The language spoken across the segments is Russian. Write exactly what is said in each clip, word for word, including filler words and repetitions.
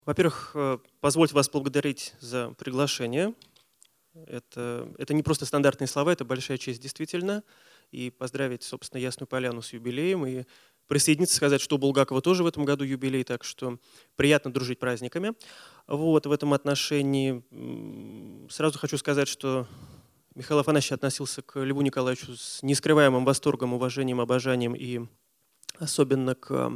Во-первых, э, позвольте вас поблагодарить за приглашение. Это, это не просто стандартные слова, это большая честь действительно. И поздравить, собственно, Ясную Поляну с юбилеем. И присоединиться, сказать, что у Булгакова тоже в этом году юбилей, так что приятно дружить праздниками. Вот, в этом отношении сразу хочу сказать, что Михаил Афанасьевич относился к Льву Николаевичу с нескрываемым восторгом, уважением, обожанием и особенно к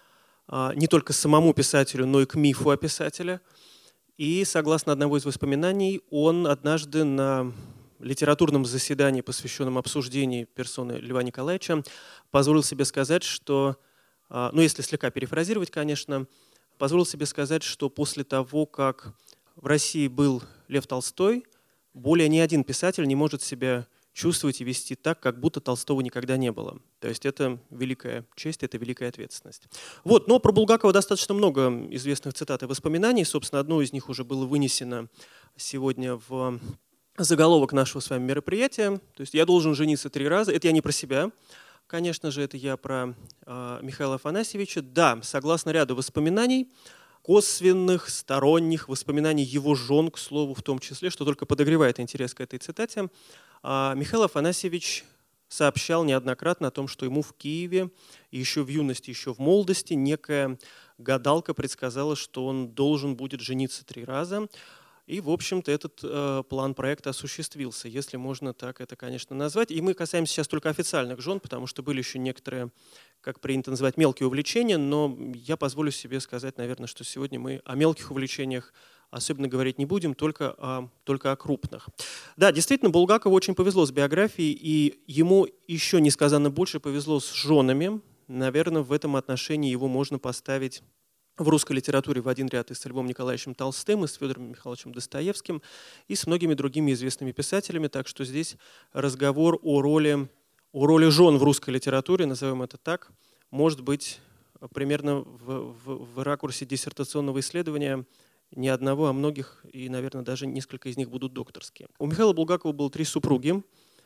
не только самому писателю, но и к мифу о писателе. И, согласно одного из воспоминаний, он однажды на литературном заседании, посвященном обсуждению персоны Льва Николаевича, позволил себе сказать, что, ну если слегка перефразировать, конечно, позволил себе сказать, что после того, как в России был Лев Толстой, более ни один писатель не может себя чувствовать и вести так, как будто Толстого никогда не было. То есть это великая честь, это великая ответственность. Вот, но про Булгакова достаточно много известных цитат и воспоминаний. Собственно, одно из них уже было вынесено сегодня в заголовок нашего с вами мероприятия. То есть «Я должен жениться три раза». Это я не про себя. Конечно же, это я про э, Михаила Афанасьевича. Да, согласно ряду воспоминаний, косвенных, сторонних, воспоминаний его жен, к слову, в том числе, что только подогревает интерес к этой цитате, Михаил Афанасьевич сообщал неоднократно о том, что ему в Киеве еще в юности, еще в молодости некая гадалка предсказала, что он должен будет жениться три раза. И, в общем-то, этот э, план проекта осуществился, если можно так это, конечно, назвать. И мы касаемся сейчас только официальных жен, потому что были еще некоторые, как принято называть, мелкие увлечения, но я позволю себе сказать, наверное, что сегодня мы о мелких увлечениях особенно говорить не будем, только о, только о крупных. Да, действительно, Булгакову очень повезло с биографией, и ему еще несказанно больше повезло с женами. Наверное, в этом отношении его можно поставить в русской литературе в один ряд и с Львом Николаевичем Толстым, и с Федором Михайловичем Достоевским, и с многими другими известными писателями. Так что здесь разговор о роли, о роли жен в русской литературе, назовем это так, может быть примерно в, в, в ракурсе диссертационного исследования не одного, а многих, и, наверное, даже несколько из них будут докторские. У Михаила Булгакова было три супруги,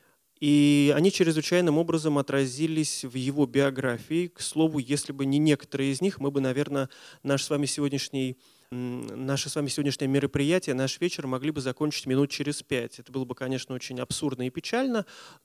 и они чрезвычайным образом отразились в его биографии. К слову, если бы не некоторые из них, мы бы, наверное, наш с вами сегодняшний, наше с вами сегодняшнее мероприятие, наш вечер могли бы закончить минут через пять. Это было бы, конечно, очень абсурдно и печально,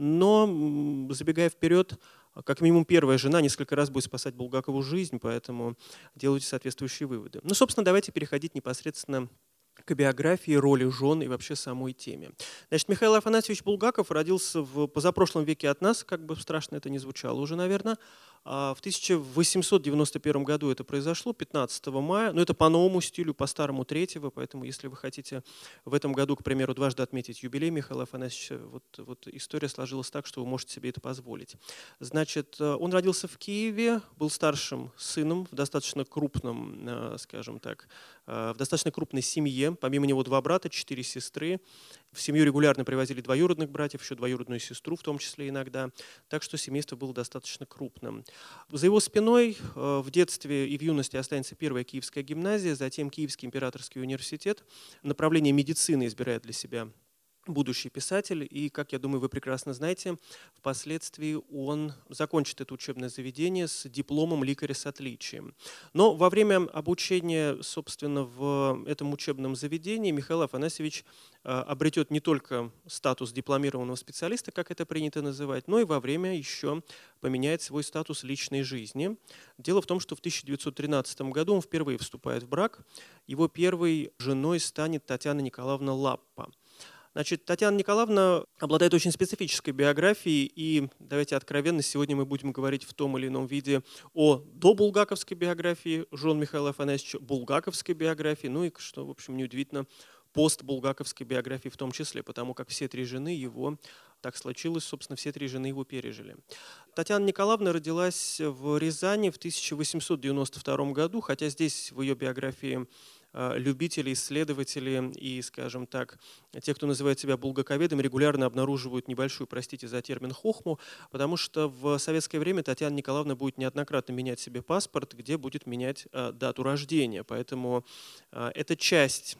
но, забегая вперед, как минимум первая жена несколько раз будет спасать Булгакову жизнь, поэтому делайте соответствующие выводы. Ну, собственно, давайте переходить непосредственно к биографии, роли жен и вообще самой теме. Значит, Михаил Афанасьевич Булгаков родился в позапрошлом веке от нас, как бы страшно это ни звучало уже, наверное. В тысяча восемьсот девяносто первом году это произошло, пятнадцатого мая. Но это по новому стилю, по старому третьего, поэтому если вы хотите в этом году, к примеру, дважды отметить юбилей Михаила Афанасьевича, вот, вот история сложилась так, что вы можете себе это позволить. Значит, он родился в Киеве, был старшим сыном в достаточно крупном, скажем так, в достаточно крупной семье. Помимо него два брата, четыре сестры. В семью регулярно привозили двоюродных братьев, еще двоюродную сестру в том числе иногда. Так что семейство было достаточно крупным. За его спиной в детстве и в юности останется первая Киевская гимназия, затем Киевский императорский университет. Направление медицины избирает для себя будущий писатель, и, как я думаю, вы прекрасно знаете, впоследствии он закончит это учебное заведение с дипломом лекаря с отличием. Но во время обучения, собственно, в этом учебном заведении Михаил Афанасьевич обретет не только статус дипломированного специалиста, как это принято называть, но и во время еще поменяет свой статус личной жизни. Дело в том, что в тысяча девятьсот тринадцатом году он впервые вступает в брак. Его первой женой станет Татьяна Николаевна Лаппа. Значит, Татьяна Николаевна обладает очень специфической биографией, и давайте откровенно, сегодня мы будем говорить в том или ином виде о добулгаковской биографии жен Михаила Афанасьевича, булгаковской биографии, ну и, что, в общем, неудивительно, постбулгаковской биографии в том числе, потому как все три жены его, так случилось, собственно, все три жены его пережили. Татьяна Николаевна родилась в Рязани в тысяча восемьсот девяносто втором году, хотя здесь в ее биографии любители, исследователи и, скажем так, те, кто называет себя булгаковедом, регулярно обнаруживают небольшую, простите за термин, хохму, потому что в советское время Татьяна Николаевна будет неоднократно менять себе паспорт, где будет менять дату рождения. Поэтому эта часть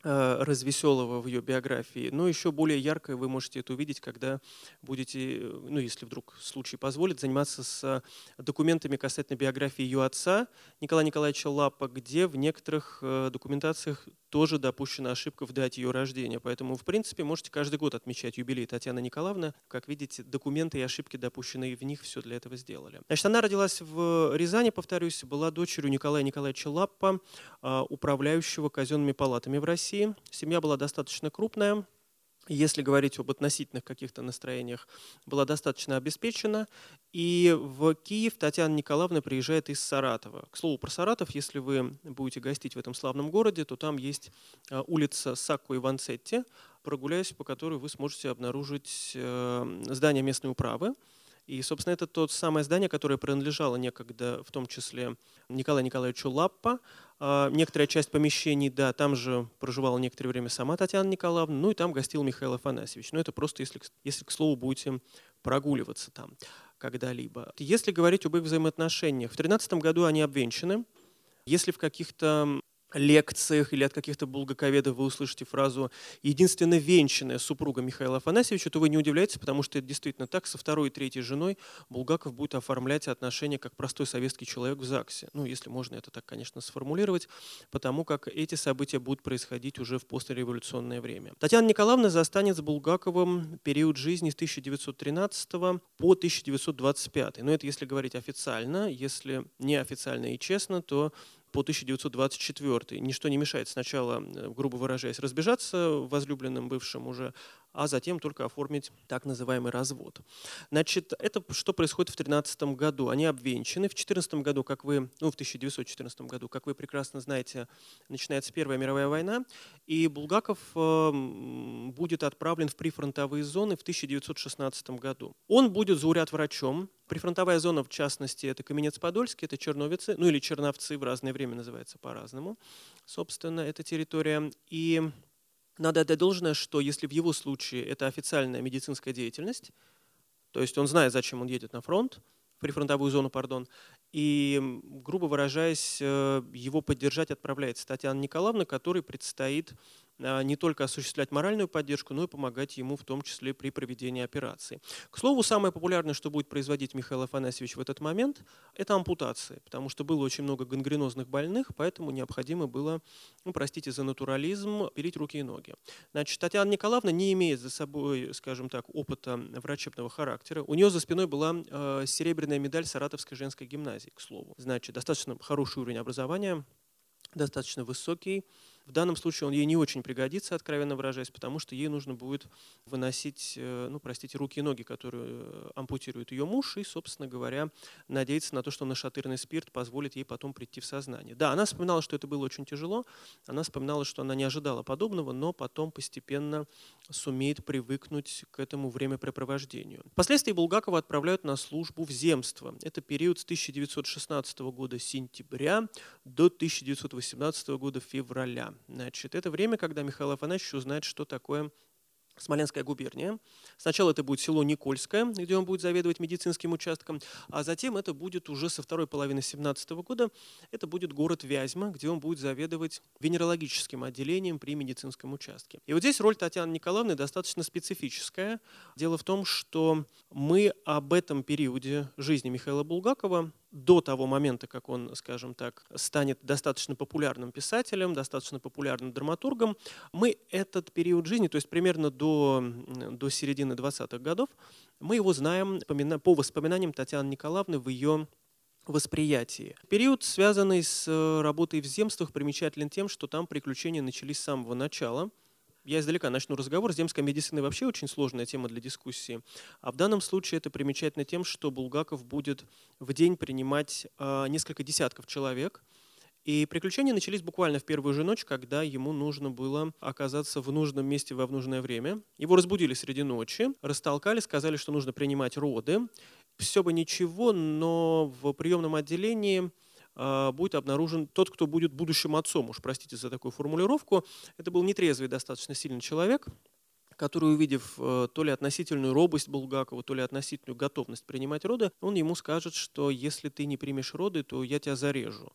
э, развеселого в ее биографии, но еще более яркое вы можете это увидеть, когда будете, э, ну, если вдруг случай позволит, заниматься с документами касательно биографии ее отца Николая Николаевича Лаппа, где в некоторых э, документациях тоже допущена ошибка в дате ее рождения. Поэтому, в принципе, можете каждый год отмечать юбилей Татьяны Николаевны. Как видите, документы и ошибки, допущенные в них, все для этого сделали. Значит, она родилась в Рязани, повторюсь, была дочерью Николая Николаевича Лаппа, э, управляющего казенными палатами в России. Семья была достаточно крупная. Если говорить об относительных каких-то настроениях, была достаточно обеспечена. И в Киев Татьяна Николаевна приезжает из Саратова. К слову, про Саратов, если вы будете гостить в этом славном городе, то там есть улица Сакко и Ванцетти, прогуляясь по которой вы сможете обнаружить здание местной управы. И, собственно, это то самое здание, которое принадлежало некогда, в том числе, Николаю Николаевичу Лаппа. Некоторая часть помещений, да, там же проживала некоторое время сама Татьяна Николаевна, ну и там гостил Михаил Афанасьевич. Но это просто, если, если к слову, будете прогуливаться там когда-либо. Если говорить об их взаимоотношениях, в тринадцатом году они обвенчаны. Если в каких-то лекциях или от каких-то булгаковедов вы услышите фразу «единственно венчанная супруга Михаила Афанасьевича», то вы не удивляйтесь, потому что это действительно так. Со второй и третьей женой Булгаков будет оформлять отношения как простой советский человек в ЗАГСе. Ну, если можно это так, конечно, сформулировать, потому как эти события будут происходить уже в послереволюционное время. Татьяна Николаевна застанет с Булгаковым период жизни с тысяча девятьсот тринадцатого по тысяча девятьсот двадцать пятый. Но это если говорить официально. Если неофициально и честно, то по тысяча девятьсот двадцать четвёртый. Ничто не мешает сначала, грубо выражаясь, разбежаться возлюбленным бывшим уже, а затем только оформить так называемый развод. Значит, это что происходит в тринадцатом году. Они обвенчаны. В четырнадцатом году, как вы, ну, в тысяча девятьсот четырнадцатом году, как вы прекрасно знаете, начинается Первая мировая война, и Булгаков э, будет отправлен в прифронтовые зоны в тысяча девятьсот шестнадцатом году. Он будет зауряд-врачом. Прифронтовая зона, в частности, это Каменец-Подольский, это Черновицы, ну или Черновцы, в разное время называется по-разному, собственно, эта территория. И надо отдать должное, что если в его случае это официальная медицинская деятельность, то есть он знает, зачем он едет на фронт, в прифронтовую зону, пардон, и, грубо выражаясь, его поддержать отправляется Татьяна Николаевна, которой предстоит не только осуществлять моральную поддержку, но и помогать ему в том числе при проведении операции. К слову, самое популярное, что будет производить Михаил Афанасьевич в этот момент, это ампутации, потому что было очень много гангренозных больных, поэтому необходимо было, ну, простите за натурализм, пилить руки и ноги. Значит, Татьяна Николаевна не имеет за собой, скажем так, опыта врачебного характера. У нее за спиной была э, серебряная медаль Саратовской женской гимназии, к слову. Значит, достаточно хороший уровень образования, достаточно высокий. В данном случае он ей не очень пригодится, откровенно выражаясь, потому что ей нужно будет выносить, ну, простите, руки и ноги, которые ампутирует ее муж, и, собственно говоря, надеяться на то, что нашатырный спирт позволит ей потом прийти в сознание. Да, она вспоминала, что это было очень тяжело, она вспоминала, что она не ожидала подобного, но потом постепенно сумеет привыкнуть к этому времяпрепровождению. Впоследствии Булгакова отправляют на службу в земство. Это период с тысяча девятьсот шестнадцатого года сентября до тысяча девятьсот восемнадцатого года февраля. Значит, это время, когда Михаил Афанасьевич узнает, что такое Смоленская губерния. Сначала это будет село Никольское, где он будет заведовать медицинским участком, а затем это будет уже со второй половины семнадцатого года, это будет город Вязьма, где он будет заведовать венерологическим отделением при медицинском участке. И вот здесь роль Татьяны Николаевны достаточно специфическая. Дело в том, что мы об этом периоде жизни Михаила Булгакова до того момента, как он, скажем так, станет достаточно популярным писателем, достаточно популярным драматургом, мы этот период жизни, то есть примерно до, до середины двадцатых годов, мы его знаем по воспоминаниям Татьяны Николаевны в ее восприятии. Период, связанный с работой в земствах, примечателен тем, что там приключения начались с самого начала. Я издалека начну разговор. Земская медицина вообще очень сложная тема для дискуссии. А в данном случае это примечательно тем, что Булгаков будет в день принимать э, несколько десятков человек. И приключения начались буквально в первую же ночь, когда ему нужно было оказаться в нужном месте во в нужное время. Его разбудили среди ночи, растолкали, сказали, что нужно принимать роды. Все бы ничего, но в приемном отделении будет обнаружен тот, кто будет будущим отцом. Уж простите за такую формулировку. Это был нетрезвый, достаточно сильный человек, который, увидев то ли относительную робость Булгакова, то ли относительную готовность принимать роды, он ему скажет, что если ты не примешь роды, то я тебя зарежу.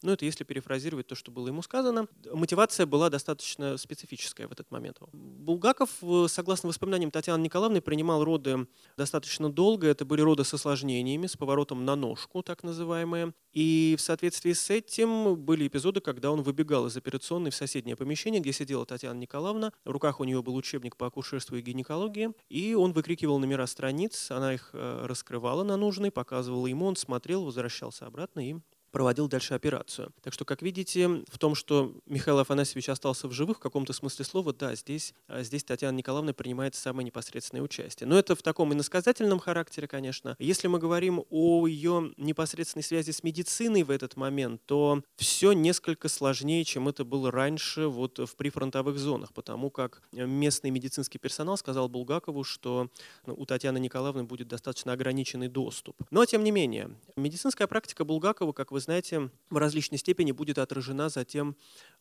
Ну, это если перефразировать то, что было ему сказано. Мотивация была достаточно специфическая в этот момент. Булгаков, согласно воспоминаниям Татьяны Николаевны, принимал роды достаточно долго. Это были роды с осложнениями, с поворотом на ножку, так называемые. И в соответствии с этим были эпизоды, когда он выбегал из операционной в соседнее помещение, где сидела Татьяна Николаевна. В руках у нее был учебник по акушерству и гинекологии. И он выкрикивал номера страниц, она их раскрывала на нужные, показывала ему, он смотрел, возвращался обратно и проводил дальше операцию. Так что, как видите, в том, что Михаил Афанасьевич остался в живых, в каком-то смысле слова, да, здесь, здесь Татьяна Николаевна принимает самое непосредственное участие. Но это в таком иносказательном характере, конечно. Если мы говорим о ее непосредственной связи с медициной в этот момент, то все несколько сложнее, чем это было раньше вот в прифронтовых зонах, потому как местный медицинский персонал сказал Булгакову, что у Татьяны Николаевны будет достаточно ограниченный доступ. Но, тем не менее, медицинская практика Булгакова, как вы знаете, в различной степени будет отражена затем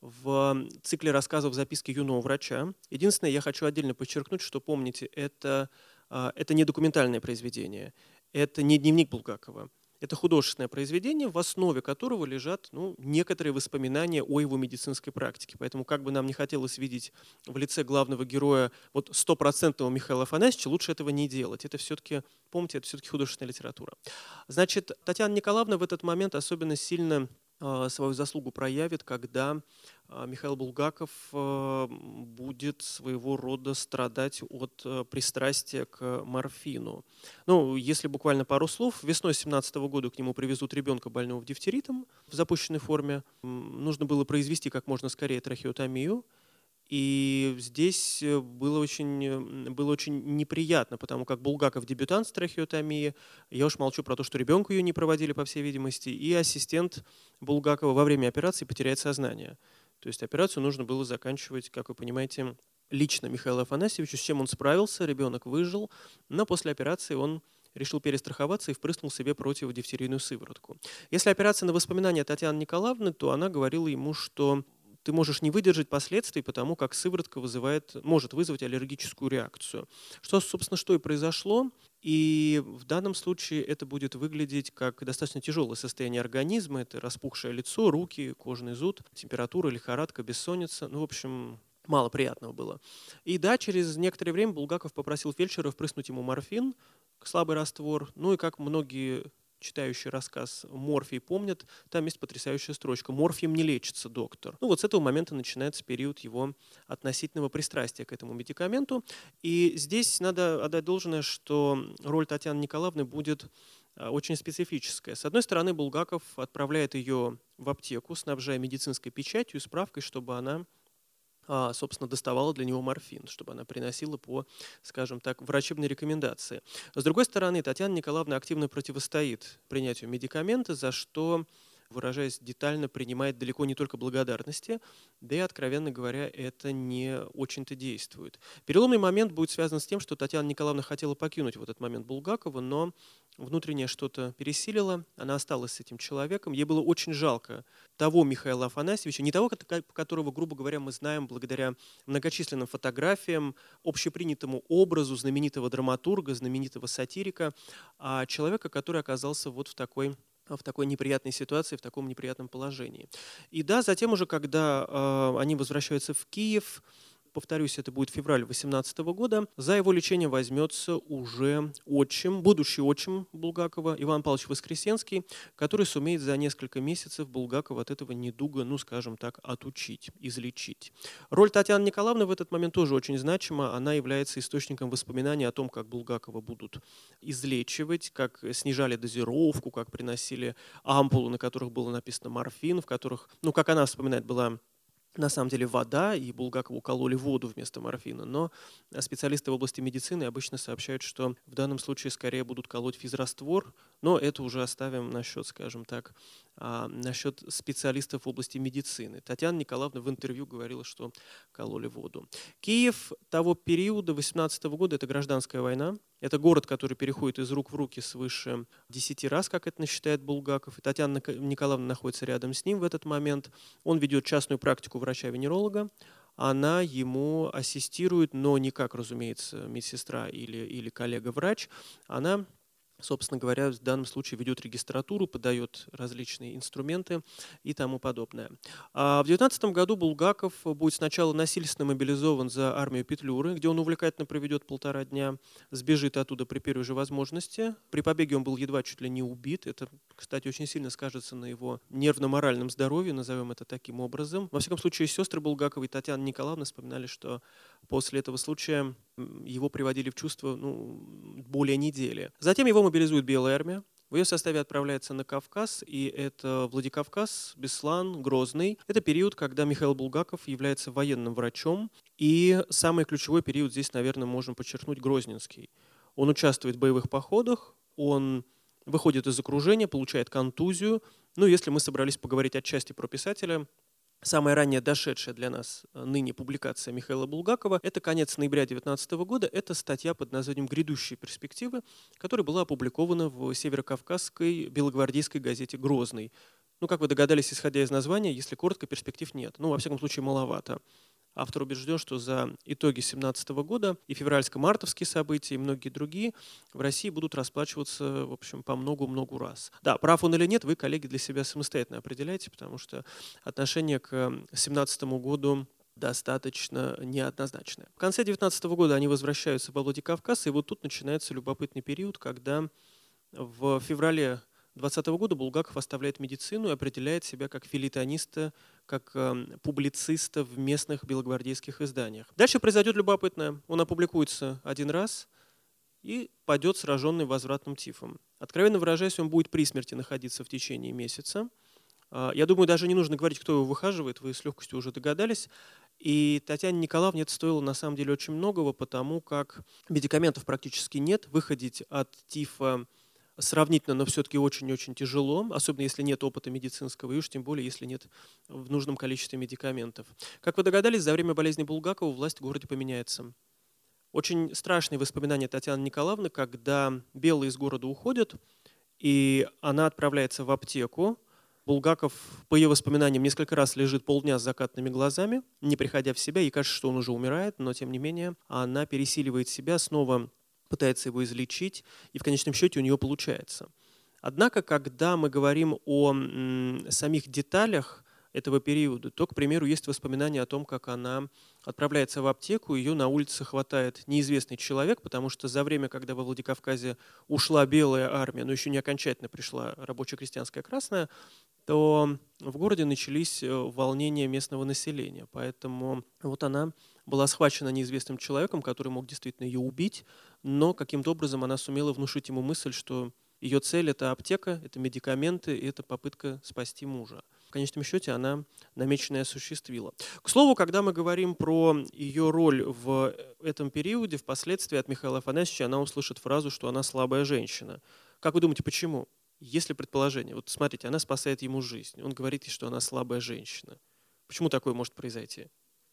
в цикле рассказов «Записки юного врача». Единственное, я хочу отдельно подчеркнуть, что, помните, это, это не документальное произведение, это не дневник Булгакова. Это художественное произведение, в основе которого лежат ну, некоторые воспоминания о его медицинской практике. Поэтому, как бы нам не хотелось видеть в лице главного героя вот стопроцентного Михаила Афанасьевича, лучше этого не делать. Это все-таки, помните, это все-таки художественная литература. Значит, Татьяна Николаевна в этот момент особенно сильно э, свою заслугу проявит, когда э, Михаил Булгаков э, будет своего рода страдать от э, пристрастия к морфину. Ну, если буквально пару слов, весной семнадцатого года к нему привезут ребенка больного дифтеритом в запущенной форме. Нужно было произвести как можно скорее трахеотомию. И здесь было очень, было очень неприятно, потому как Булгаков дебютант с трахеотомией, я уж молчу про то, что ребенку ее не проводили, по всей видимости, и ассистент Булгакова во время операции потеряет сознание. То есть операцию нужно было заканчивать, как вы понимаете, лично Михаилу Афанасьевичу, с чем он справился, ребенок выжил, но после операции он решил перестраховаться и впрыснул себе противодифтерийную сыворотку. Если опираться на воспоминания Татьяны Николаевны, то она говорила ему, что ты можешь не выдержать последствий, потому как сыворотка вызывает, может вызвать аллергическую реакцию. Что, собственно, что и произошло. И в данном случае это будет выглядеть как достаточно тяжелое состояние организма. Это распухшее лицо, руки, кожный зуд, температура, лихорадка, бессонница. Ну, в общем, мало приятного было. И да, через некоторое время Булгаков попросил фельдшера впрыснуть ему морфин, слабый раствор. Ну и как многие читающий рассказ «Морфий» помнят, там есть потрясающая строчка «Морфием не лечится, доктор». Ну вот с этого момента начинается период его относительного пристрастия к этому медикаменту. И здесь надо отдать должное, что роль Татьяны Николаевны будет очень специфическая. С одной стороны, Булгаков отправляет ее в аптеку, снабжая медицинской печатью и справкой, чтобы она собственно, доставала для него морфин, чтобы она приносила по, скажем так, врачебной рекомендации. С другой стороны, Татьяна Николаевна активно противостоит принятию медикамента, за что, выражаясь детально, принимает далеко не только благодарности, да и, откровенно говоря, это не очень-то действует. Переломный момент будет связан с тем, что Татьяна Николаевна хотела покинуть в этот момент Булгакова, но внутреннее что-то пересилило, она осталась с этим человеком. Ей было очень жалко того Михаила Афанасьевича, не того, которого, грубо говоря, мы знаем благодаря многочисленным фотографиям, общепринятому образу знаменитого драматурга, знаменитого сатирика, а человека, который оказался вот в такой в такой неприятной ситуации, в таком неприятном положении. И да, затем уже, когда э, они возвращаются в Киев, повторюсь, это будет февраль две тысячи восемнадцатого года, за его лечение возьмется уже отчим, будущий отчим Булгакова, Иван Павлович Воскресенский, который сумеет за несколько месяцев Булгакова от этого недуга, ну, скажем так, отучить, излечить. Роль Татьяны Николаевны в этот момент тоже очень значима. Она является источником воспоминаний о том, как Булгакова будут излечивать, как снижали дозировку, как приносили ампулы, на которых было написано морфин, в которых, ну, как она вспоминает, была на самом деле вода, и Булгакову кололи воду вместо морфина. Но специалисты в области медицины обычно сообщают, что в данном случае скорее будут колоть физраствор, но это уже оставим насчет, скажем так, насчет специалистов в области медицины. Татьяна Николаевна в интервью говорила, что кололи воду. Киев того периода, восемнадцатого года, это гражданская война. Это город, который переходит из рук в руки свыше десяти раз, как это считает Булгаков. И Татьяна Николаевна находится рядом с ним в этот момент. Он ведет частную практику врача-венеролога. Она ему ассистирует, но не как, разумеется, медсестра или, или коллега-врач. Она собственно говоря, в данном случае ведет регистратуру, подает различные инструменты и тому подобное. А в девятнадцатом году Булгаков будет сначала насильственно мобилизован за армию Петлюры, где он увлекательно проведет полтора дня, сбежит оттуда при первой же возможности. При побеге он был едва чуть ли не убит. Это, кстати, очень сильно скажется на его нервно-моральном здоровье, назовем это таким образом. Во всяком случае, сестры Булгакова и Татьяна Николаевна вспоминали, что после этого случая его приводили в чувство ну, более недели. Затем его мобилизует Белая армия. В ее составе отправляется на Кавказ, и это Владикавказ, Беслан, Грозный. Это период, когда Михаил Булгаков является военным врачом, и самый ключевой период здесь, наверное, можно подчеркнуть Грозненский. Он участвует в боевых походах, он выходит из окружения, получает контузию. Ну, если мы собрались поговорить отчасти про писателя, самая ранняя дошедшая для нас ныне публикация Михаила Булгакова – это конец ноября две тысячи девятнадцатого года. Это статья под названием «Грядущие перспективы», которая была опубликована в северокавказской белогвардейской газете «Грозный». Ну, как вы догадались, исходя из названия, если коротко, перспектив нет. Ну, во всяком случае, маловато. Автор убежден, что за итоги две тысячи семнадцатого года и февральско-мартовские события, и многие другие в России будут расплачиваться, в общем, по многу-многу раз. Да, прав он или нет, вы, коллеги, для себя самостоятельно определяйте, потому что отношение к две тысячи семнадцатому году достаточно неоднозначное. В конце две тысячи девятнадцатого года они возвращаются во Владикавказ, и вот тут начинается любопытный период, когда в феврале две тысячи двадцатого года Булгаков оставляет медицину и определяет себя как фельетониста, как э, публициста в местных белогвардейских изданиях. Дальше произойдет любопытное. Он опубликуется один раз и падет сраженный возвратным тифом. Откровенно выражаясь, он будет при смерти находиться в течение месяца. Э, я думаю, даже не нужно говорить, кто его выхаживает, вы с легкостью уже догадались. И Татьяне Николаевне это стоило на самом деле очень многого, потому как медикаментов практически нет. Выходить от тифа сравнительно, но все-таки очень-очень тяжело, особенно если нет опыта медицинского, и уж тем более, если нет в нужном количестве медикаментов. Как вы догадались, за время болезни Булгакова власть в городе поменяется. Очень страшные воспоминания Татьяны Николаевны, когда белые из города уходят, и она отправляется в аптеку. Булгаков, по ее воспоминаниям, несколько раз лежит полдня с закатными глазами, не приходя в себя, ей кажется, что он уже умирает, но тем не менее она пересиливает себя, снова пытается его излечить, и в конечном счете у нее получается. Однако, когда мы говорим о м, самих деталях этого периода, то, к примеру, есть воспоминания о том, как она отправляется в аптеку, ее на улице хватает неизвестный человек, потому что за время, когда во Владикавказе ушла Белая армия, но еще не окончательно пришла рабоче-крестьянская Красная, то в городе начались волнения местного населения. Поэтому вот она была схвачена неизвестным человеком, который мог действительно ее убить, но каким-то образом она сумела внушить ему мысль, что ее цель – это аптека, это медикаменты, и это попытка спасти мужа. В конечном счете она намеченное осуществила. К слову, когда мы говорим про ее роль в этом периоде, впоследствии от Михаила Афанасьевича она услышит фразу, что она слабая женщина. Как вы думаете, почему? Если предположение, вот смотрите, она спасает ему жизнь, он говорит ей, что она слабая женщина. Почему такое может произойти?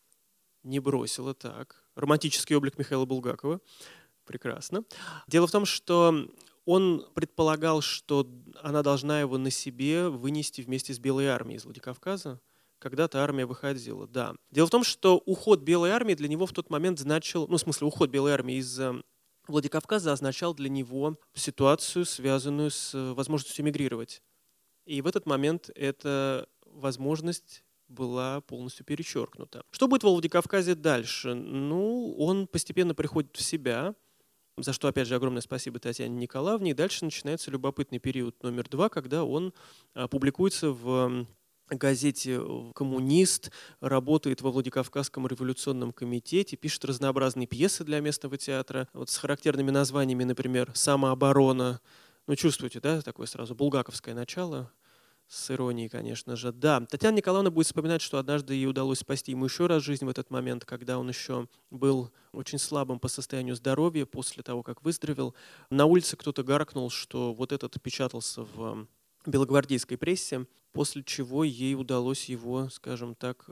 Не бросила, так. Романтический облик Михаила Булгакова. Прекрасно. Дело в том, что он предполагал, что она должна его на себе вынести вместе с Белой армией из Владикавказа. Когда-то армия выходила, да. Дело в том, что уход Белой армии для него в тот момент значил, ну, в смысле, уход Белой армии из Владикавказа означал для него ситуацию, связанную с возможностью эмигрировать. И в этот момент эта возможность была полностью перечеркнута. Что будет во Владикавказе дальше? Ну, он постепенно приходит в себя, за что, опять же, огромное спасибо Татьяне Николаевне. И дальше начинается любопытный период номер два, когда он публикуется в газете «Коммунист», работает во Владикавказском революционном комитете, пишет разнообразные пьесы для местного театра, вот с характерными названиями, например, «Самооборона». Ну, чувствуете, да, такое сразу булгаковское начало, с иронией, конечно же. Да, Татьяна Николаевна будет вспоминать, что однажды ей удалось спасти ему еще раз жизнь в этот момент, когда он еще был очень слабым по состоянию здоровья после того, как выздоровел. На улице кто-то гаркнул, что вот этот печатался в белогвардейской прессе, после чего ей удалось его, скажем так,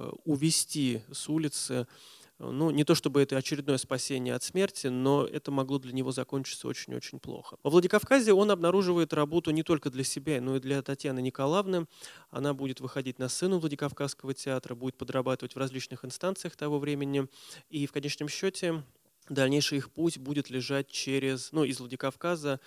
увести с улицы. Ну, не то чтобы это очередное спасение от смерти, но это могло для него закончиться очень-очень плохо. Во Владикавказе он обнаруживает работу не только для себя, но и для Татьяны Николаевны. Она будет выходить на сцену Владикавказского театра, будет подрабатывать в различных инстанциях того времени. И в конечном счете Дальнейший их путь будет лежать через, ну, из Владикавказа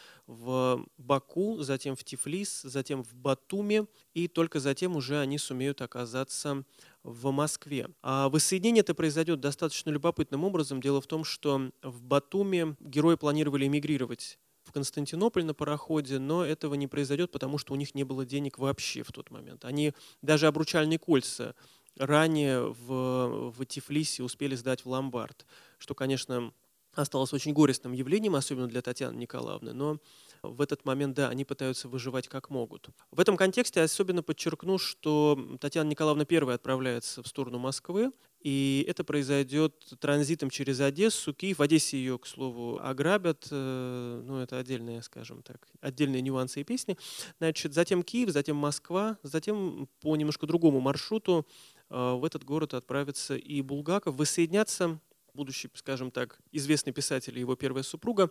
в Баку, затем в Тифлис, затем в Батуми, и только затем уже они сумеют оказаться в Москве. А воссоединение это произойдет достаточно любопытным образом. Дело в том, что в Батуми герои планировали эмигрировать в Константинополь на пароходе, но этого не произойдет, потому что у них не было денег вообще в тот момент. Они даже обручальные кольца ранее в, в Тифлисе успели сдать в ломбард, что, конечно, осталось очень горестным явлением, особенно для Татьяны Николаевны, но в этот момент, да, они пытаются выживать как могут. В этом контексте я особенно подчеркну, что Татьяна Николаевна первая отправляется в сторону Москвы, и это произойдет транзитом через Одессу, Киев. В Одессе ее, к слову, ограбят, ну это отдельные, скажем так, отдельные нюансы и песни. Значит, затем Киев, затем Москва, затем по немножко другому маршруту в этот город отправится и Булгаков, воссоединятся будущий, скажем так, известный писатель и его первая супруга,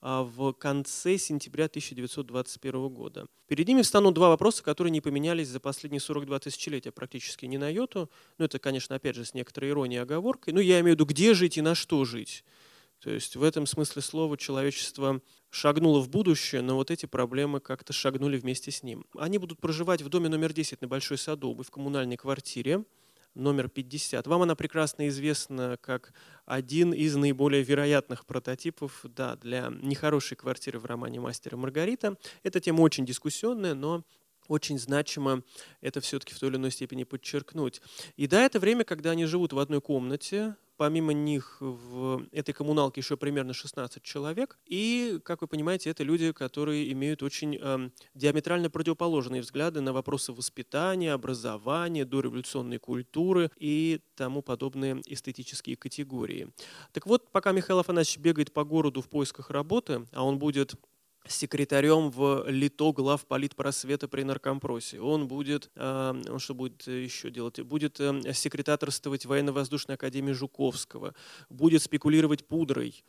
в конце сентября тысяча девятьсот двадцать первого года. Перед ними встанут два вопроса, которые не поменялись за последние сорок два тысячелетия практически ни на йоту. Ну, это, конечно, опять же, с некоторой иронией и оговоркой. Ну, я имею в виду, где жить и на что жить. То есть в этом смысле слова человечество шагнуло в будущее, но вот эти проблемы как-то шагнули вместе с ним. Они будут проживать в доме номер десять на Большой Садовой, в коммунальной квартире, номер пятьдесят. Вам она прекрасно известна как один из наиболее вероятных прототипов, да, для нехорошей квартиры в романе «Мастер и Маргарита». Эта тема очень дискуссионная, но очень значимо это все-таки в той или иной степени подчеркнуть. И да, это время, когда они живут в одной комнате, помимо них в этой коммуналке еще примерно шестнадцать человек. И, как вы понимаете, это люди, которые имеют очень э, диаметрально противоположные взгляды на вопросы воспитания, образования, дореволюционной культуры и тому подобные эстетические категории. Так вот, пока Михаил Афанасьевич бегает по городу в поисках работы, а он будет секретарем в ЛИТО главполитпросвета при наркомпросе. Он будет, он что будет еще делать? Будет секретарствовать в военно-воздушной академии Жуковского, будет спекулировать пудрой.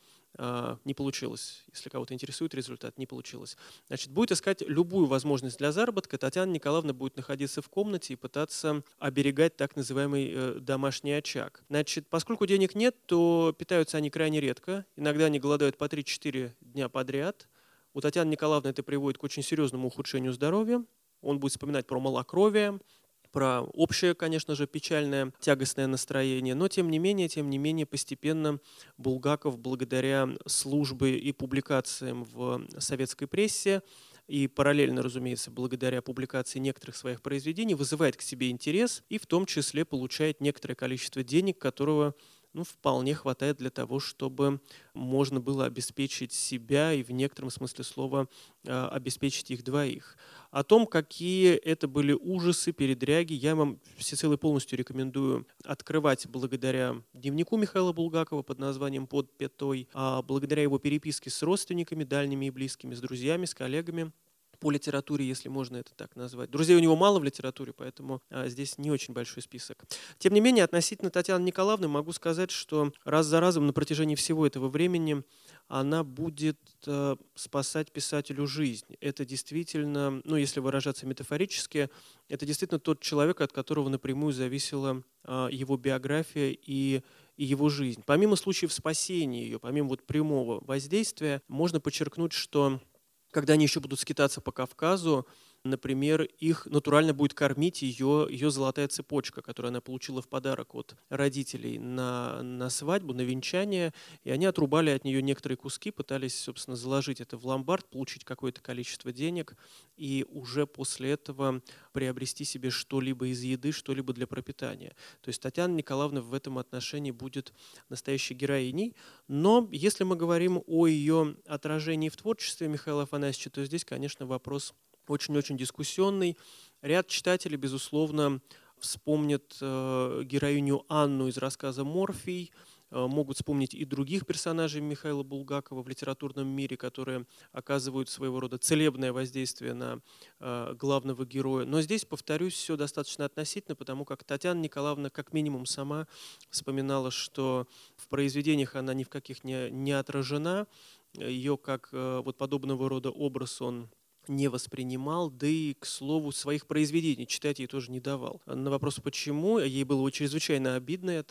Не получилось. Если кого-то интересует результат, не получилось. Значит, будет искать любую возможность для заработка. Татьяна Николаевна будет находиться в комнате и пытаться оберегать так называемый домашний очаг. Значит, поскольку денег нет, то питаются они крайне редко. Иногда они голодают по три-четыре дня подряд. У Татьяны Николаевны это приводит к очень серьезному ухудшению здоровья. Он будет вспоминать про малокровие, про общее, конечно же, печальное, тягостное настроение. Но, тем не менее, тем не менее, постепенно Булгаков, благодаря службе и публикациям в советской прессе, и параллельно, разумеется, благодаря публикации некоторых своих произведений, вызывает к себе интерес и в том числе получает некоторое количество денег, которого ну, вполне хватает для того, чтобы можно было обеспечить себя и в некотором смысле слова обеспечить их двоих. О том, какие это были ужасы, передряги, я вам всецело и полностью рекомендую открывать благодаря дневнику Михаила Булгакова под названием «Под пятой», а благодаря его переписке с родственниками, дальними и близкими, с друзьями, с коллегами по литературе, если можно это так назвать. Друзей у него мало в литературе, поэтому а, здесь не очень большой список. Тем не менее, относительно Татьяны Николаевны могу сказать, что раз за разом на протяжении всего этого времени она будет э, спасать писателю жизнь. Это действительно, ну, если выражаться метафорически, это действительно тот человек, от которого напрямую зависела э, его биография и и его жизнь. Помимо случаев спасения ее, помимо вот прямого воздействия, можно подчеркнуть, что когда они еще будут скитаться по Кавказу, например, их натурально будет кормить ее, ее золотая цепочка, которую она получила в подарок от родителей на, на свадьбу, на венчание. И они отрубали от нее некоторые куски, пытались, собственно, заложить это в ломбард, получить какое-то количество денег и уже после этого приобрести себе что-либо из еды, что-либо для пропитания. То есть Татьяна Николаевна в этом отношении будет настоящей героиней. Но если мы говорим о ее отражении в творчестве Михаила Афанасьевича, то здесь, конечно, вопрос очень-очень дискуссионный. Ряд читателей, безусловно, вспомнят э, героиню Анну из рассказа «Морфий», э, могут вспомнить и других персонажей Михаила Булгакова в литературном мире, которые оказывают своего рода целебное воздействие на э, главного героя. Но здесь, повторюсь, все достаточно относительно, потому как Татьяна Николаевна как минимум сама вспоминала, что в произведениях она ни в каких не, не отражена. Ее как э, вот подобного рода образ он не воспринимал, да и, к слову, своих произведений читать ей тоже не давал. На вопрос, почему, ей было чрезвычайно обидно это,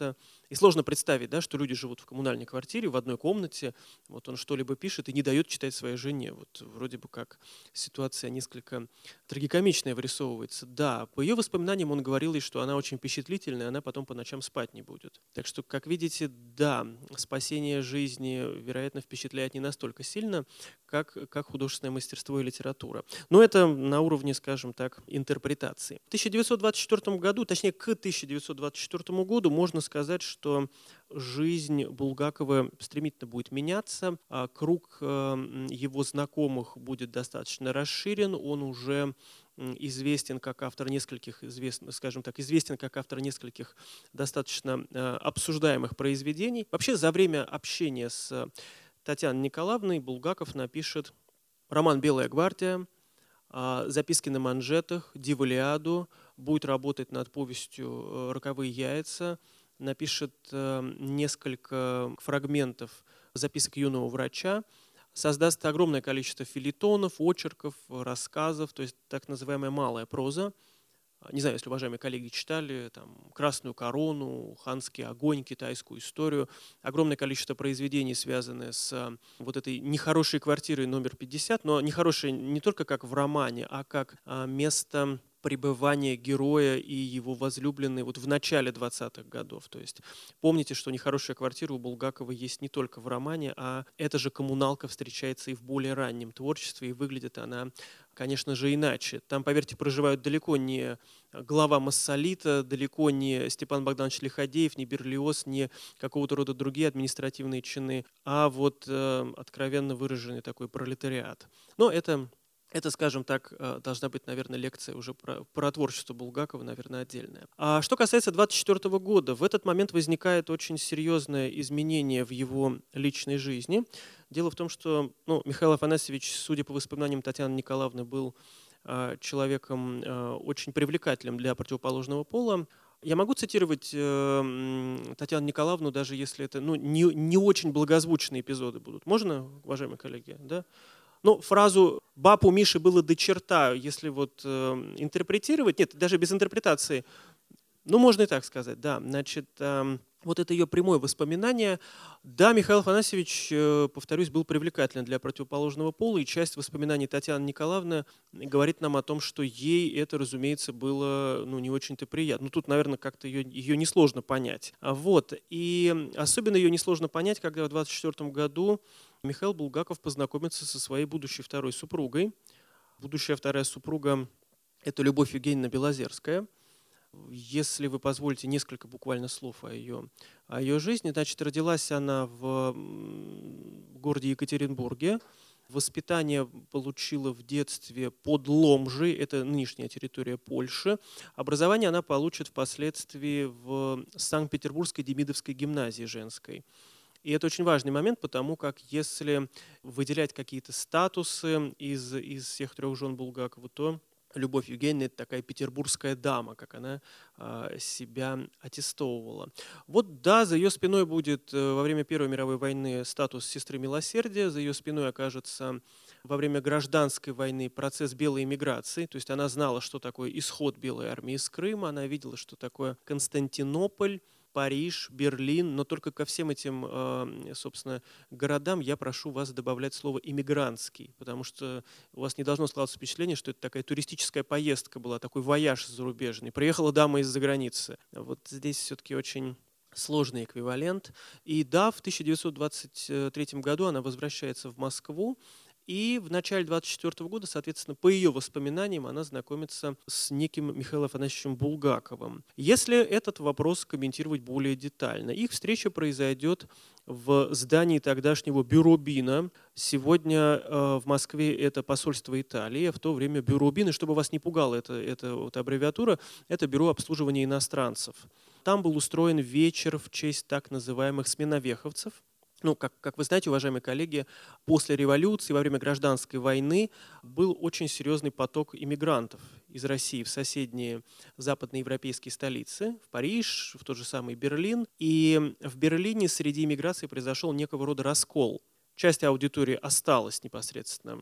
И сложно представить, да, что люди живут в коммунальной квартире, в одной комнате, вот он что-либо пишет и не дает читать своей жене. Вот вроде бы как ситуация несколько трагикомичная вырисовывается. Да, по ее воспоминаниям он говорил ей, что она очень впечатлительная, она потом по ночам спать не будет. Так что, как видите, да, спасение жизни, вероятно, впечатляет не настолько сильно, как, как художественное мастерство и литература. Но это на уровне, скажем так, интерпретации. В тысяча девятьсот двадцать четвёртом году, точнее к тысяча девятьсот двадцать четвёртому году, можно сказать, что жизнь Булгакова стремительно будет меняться, а круг его знакомых будет достаточно расширен, он уже известен как автор нескольких, известных, скажем так, известен как автор нескольких достаточно обсуждаемых произведений. Вообще, за время общения с Татьяной Николаевной Булгаков напишет роман «Белая гвардия», записки на манжетах, «Диволиаду», будет работать над повестью «Роковые яйца», напишет несколько фрагментов записок юного врача, создаст огромное количество фельетонов, очерков, рассказов, то есть так называемая малая проза. Не знаю, если уважаемые коллеги читали там, «Красную корону», «Ханский огонь», «Китайскую историю». Огромное количество произведений, связанные с вот этой нехорошей квартирой номер пятьдесят, но нехорошей не только как в романе, а как место пребывания героя и его возлюбленной вот в начале двадцатых годов. То есть помните, что нехорошая квартира у Булгакова есть не только в романе, а эта же коммуналка встречается и в более раннем творчестве, и выглядит она, конечно же, иначе. Там, поверьте, проживают далеко не глава Массолита, далеко не Степан Богданович Лиходеев, не Берлиоз, не какого-то рода другие административные чины, а вот э, откровенно выраженный такой пролетариат. Но это... Это, скажем так, должна быть, наверное, лекция уже про, про творчество Булгакова, наверное, отдельная. А что касается двадцать четвёртого года, в этот момент возникает очень серьезное изменение в его личной жизни. Дело в том, что ну, Михаил Афанасьевич, судя по воспоминаниям Татьяны Николаевны, был э, человеком э, очень привлекательным для противоположного пола. Я могу цитировать э, Татьяну Николаевну, даже если это ну, не, не очень благозвучные эпизоды будут. Можно, уважаемые коллеги? Да? Ну, фразу «баб у Миши было до черта», если вот э, интерпретировать, нет, даже без интерпретации, ну, можно и так сказать, да. Значит, э, вот это ее прямое воспоминание. Да, Михаил Афанасьевич, э, повторюсь, был привлекателен для противоположного пола, и часть воспоминаний Татьяны Николаевны говорит нам о том, что ей это, разумеется, было ну, не очень-то приятно. Ну, тут, наверное, как-то ее, ее несложно понять. Вот. И особенно ее несложно понять, когда в двадцать четвёртом году Михаил Булгаков познакомится со своей будущей второй супругой. Будущая вторая супруга – это Любовь Евгеньевна Белозерская. Если вы позволите несколько буквально слов о ее, о ее жизни, значит, родилась она в городе Екатеринбурге. Воспитание получила в детстве под Ломжей, это нынешняя территория Польши. Образование она получит впоследствии в Санкт-Петербургской Демидовской гимназии женской. И это очень важный момент, потому как если выделять какие-то статусы из, из всех трех жен Булгакова, то Любовь Евгеньевна – это такая петербургская дама, как она а, себя аттестовывала. Вот да, за ее спиной будет во время Первой мировой войны статус сестры милосердия, за ее спиной окажется во время гражданской войны процесс белой эмиграции, то есть она знала, что такое исход Белой армии из Крыма, она видела, что такое Константинополь, Париж, Берлин, но только ко всем этим, собственно, городам я прошу вас добавлять слово «иммигрантский», потому что у вас не должно складываться впечатление, что это такая туристическая поездка была, такой вояж зарубежный. Приехала дама из-за границы. Вот здесь все-таки очень сложный эквивалент. И да, в тысяча девятьсот двадцать третьем году она возвращается в Москву, и в начале двадцать четвёртого года, соответственно, по ее воспоминаниям, она знакомится с неким Михаилом Афанасьевичем Булгаковым. Если этот вопрос комментировать более детально, их встреча произойдет в здании тогдашнего бюро БИНа. Сегодня э, в Москве это посольство Италии, а в то время бюро БИНа, чтобы вас не пугала эта, эта вот аббревиатура, это бюро обслуживания иностранцев. Там был устроен вечер в честь так называемых сменовеховцев. Ну, как, как вы знаете, уважаемые коллеги, после революции, во время гражданской войны был очень серьезный поток иммигрантов из России в соседние западноевропейские столицы, в Париж, в тот же самый Берлин. И в Берлине среди иммиграции произошел некого рода раскол. Часть аудитории осталась непосредственно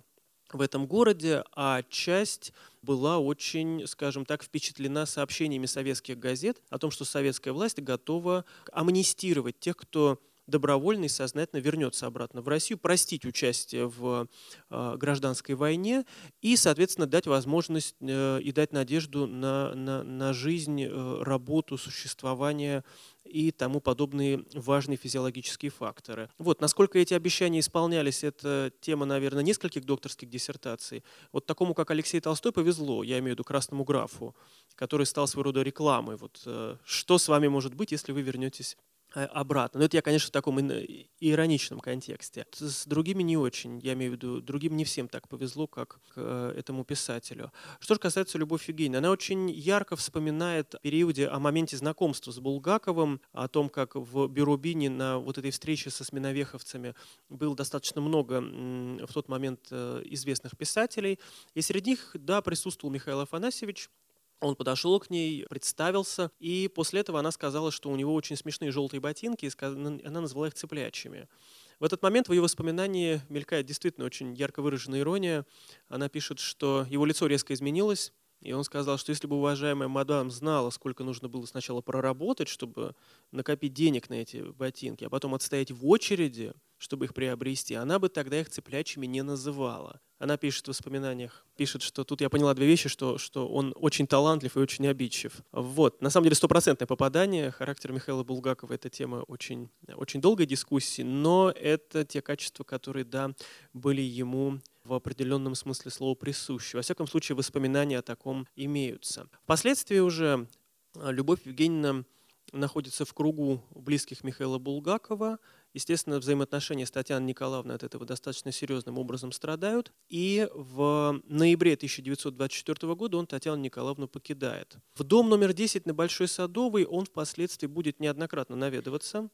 в этом городе, а часть была очень, скажем так, впечатлена сообщениями советских газет о том, что советская власть готова амнистировать тех, кто добровольно и сознательно вернется обратно в Россию, простить участие в э, гражданской войне и, соответственно, дать возможность э, и дать надежду на, на, на жизнь, э, работу, существование и тому подобные важные физиологические факторы. Вот, насколько эти обещания исполнялись, это тема, наверное, нескольких докторских диссертаций. Вот такому, как Алексей Толстой, повезло, я имею в виду красному графу, который стал своего рода рекламой. Вот, э, что с вами может быть, если вы вернетесь обратно. Но это я, конечно, в таком ироничном контексте. С другими не очень. Я имею в виду, другим не всем так повезло, как к этому писателю. Что же касается Любовь Евгеньевны, она очень ярко вспоминает о периоде, о моменте знакомства с Булгаковым, о том, как в Бюро-Бини на вот этой встрече со сменовеховцами было достаточно много в тот момент известных писателей. И среди них, да, присутствовал Михаил Афанасьевич. Он подошел к ней, представился, и после этого она сказала, что у него очень смешные желтые ботинки, и она назвала их цыплячьими. В этот момент в ее воспоминании мелькает действительно очень ярко выраженная ирония. Она пишет, что его лицо резко изменилось, и он сказал, что если бы уважаемая мадам знала, сколько нужно было сначала проработать, чтобы накопить денег на эти ботинки, а потом отстоять в очереди, чтобы их приобрести, она бы тогда их цыплячьими не называла. Она пишет в воспоминаниях, пишет, что тут я поняла две вещи, что, что он очень талантлив и очень обидчив. Вот. На самом деле стопроцентное попадание. Характер Михаила Булгакова — это тема очень, очень долгой дискуссии, но это те качества, которые, да, были ему в определенном смысле слова присущи. Во всяком случае, воспоминания о таком имеются. Впоследствии уже Любовь Евгеньевна находится в кругу близких Михаила Булгакова. Естественно, взаимоотношения с Татьяной Николаевной от этого достаточно серьезным образом страдают. И в ноябре тысяча девятьсот двадцать четвёртого года он Татьяну Николаевну покидает. В дом номер десять на Большой Садовой он впоследствии будет неоднократно наведываться.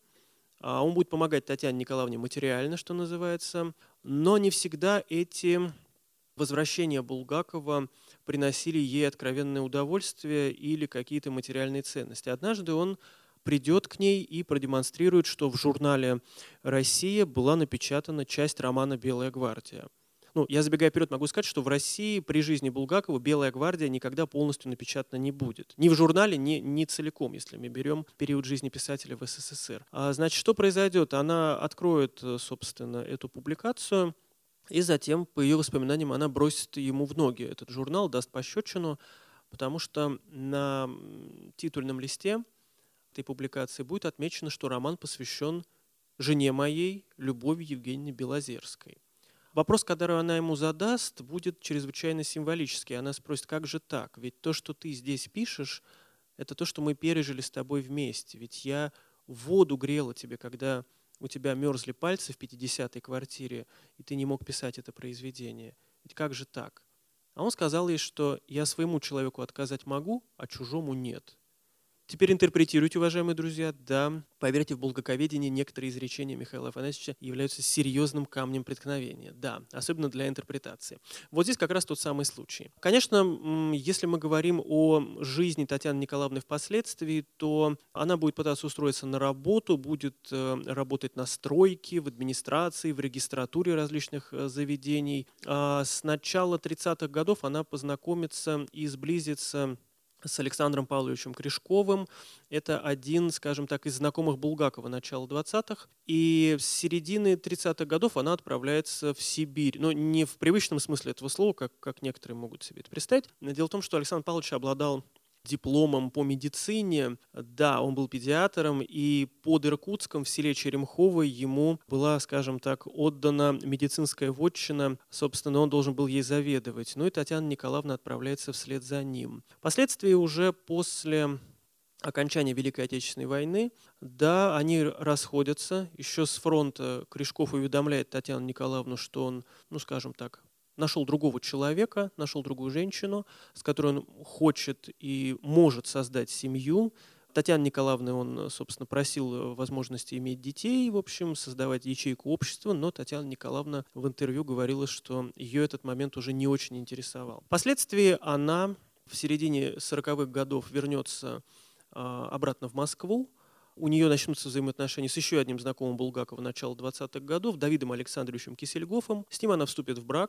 Он будет помогать Татьяне Николаевне материально, что называется. Но не всегда эти возвращения Булгакова приносили ей откровенное удовольствие или какие-то материальные ценности. Однажды он придет к ней и продемонстрирует, что в журнале «Россия» была напечатана часть романа «Белая гвардия». Ну, я, забегая вперед, могу сказать, что в России при жизни Булгакова «Белая гвардия» никогда полностью напечатана не будет. Ни в журнале, ни, ни целиком, если мы берем период жизни писателя в СССР. А, значит, что произойдет? Она откроет, собственно, эту публикацию, и затем, по ее воспоминаниям, она бросит ему в ноги этот журнал, даст пощечину, потому что на титульном листе этой публикации будет отмечено, что роман посвящен жене моей, Любови Евгеньевне Белозерской. Вопрос, который она ему задаст, будет чрезвычайно символический. Она спросит, как же так? Ведь то, что ты здесь пишешь, это то, что мы пережили с тобой вместе. Ведь я воду грела тебе, когда у тебя мерзли пальцы в пятидесятой квартире, и ты не мог писать это произведение. Ведь как же так? А он сказал ей, что я своему человеку отказать могу, а чужому нет. Теперь интерпретируйте, уважаемые друзья. Да, поверьте, в булгаковедении некоторые изречения Михаила Афанасьевича являются серьезным камнем преткновения. Да, особенно для интерпретации. Вот здесь как раз тот самый случай. Конечно, если мы говорим о жизни Татьяны Николаевны впоследствии, то она будет пытаться устроиться на работу, будет работать на стройке, в администрации, в регистратуре различных заведений. А с начала тридцатых годов она познакомится и сблизится с Александром Павловичем Кришковым. Это один, скажем так, из знакомых Булгакова начала двадцатых. И с середины тридцатых годов она отправляется в Сибирь. Но не в привычном смысле этого слова, как, как некоторые могут себе это представить. Дело в том, что Александр Павлович обладал дипломом по медицине. Да, он был педиатром, и под Иркутском в селе Черемхово ему была, скажем так, отдана медицинская вотчина. Собственно, он должен был ей заведовать. Ну и Татьяна Николаевна отправляется вслед за ним. Впоследствии уже после окончания Великой Отечественной войны, да, они расходятся. Еще с фронта Кришков уведомляет Татьяну Николаевну, что он, ну скажем так, нашел другого человека, нашел другую женщину, с которой он хочет и может создать семью. Татьяна Николаевна, он, собственно, просил возможности иметь детей, в общем, создавать ячейку общества, но Татьяна Николаевна в интервью говорила, что ее этот момент уже не очень интересовал. Впоследствии она в середине сороковых годов вернется а, обратно в Москву. У нее начнутся взаимоотношения с еще одним знакомым Булгакова начала двадцатых годов, Давидом Александровичем Кисельгофом. С ним она вступит в брак.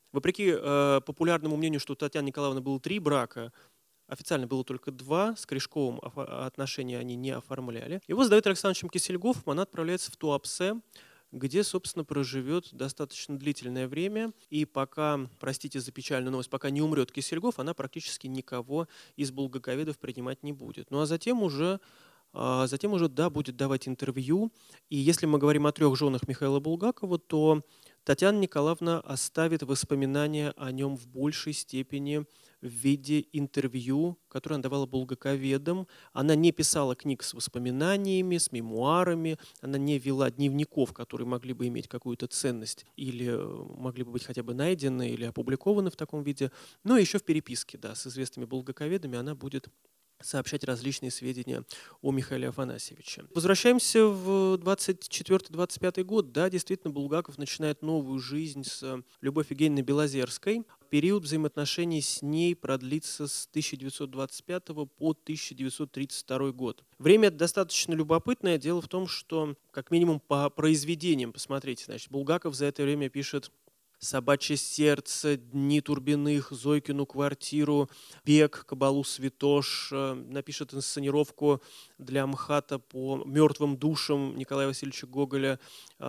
Вопреки э, популярному мнению, что у Татьяны Николаевны было три брака, официально было только два, с Корешковым отношения они не оформляли. Его с Давидом Александровичем Кисельговым она отправляется в Туапсе, где, собственно, проживет достаточно длительное время. И пока, простите за печальную новость, пока не умрет Кисельгов, она практически никого из булгаковедов принимать не будет. Ну а затем уже, затем уже да, будет давать интервью. И если мы говорим о трех женах Михаила Булгакова, то Татьяна Николаевна оставит воспоминания о нем в большей степени в виде интервью, которое она давала булгаковедам. Она не писала книг с воспоминаниями, с мемуарами, она не вела дневников, которые могли бы иметь какую-то ценность или могли бы быть хотя бы найдены или опубликованы в таком виде. Но еще в переписке, да, с известными булгаковедами она будет сообщать различные сведения о Михаиле Афанасьевиче. Возвращаемся в двадцать четвёртый — двадцать пятый год. Да, действительно, Булгаков начинает новую жизнь с Любовью Евгеньевной Белозерской. Период взаимоотношений с ней продлится с тысяча девятьсот двадцать пятого по тысяча девятьсот тридцать второй год. Время достаточно любопытное. Дело в том, что, как минимум по произведениям, посмотрите, значит, Булгаков за это время пишет «Собачье сердце», «Дни Турбиных», «Зойкину квартиру», «Бег», «Кабалу Святош», напишет инсценировку для МХАТа по «Мертвым душам» Николая Васильевича Гоголя,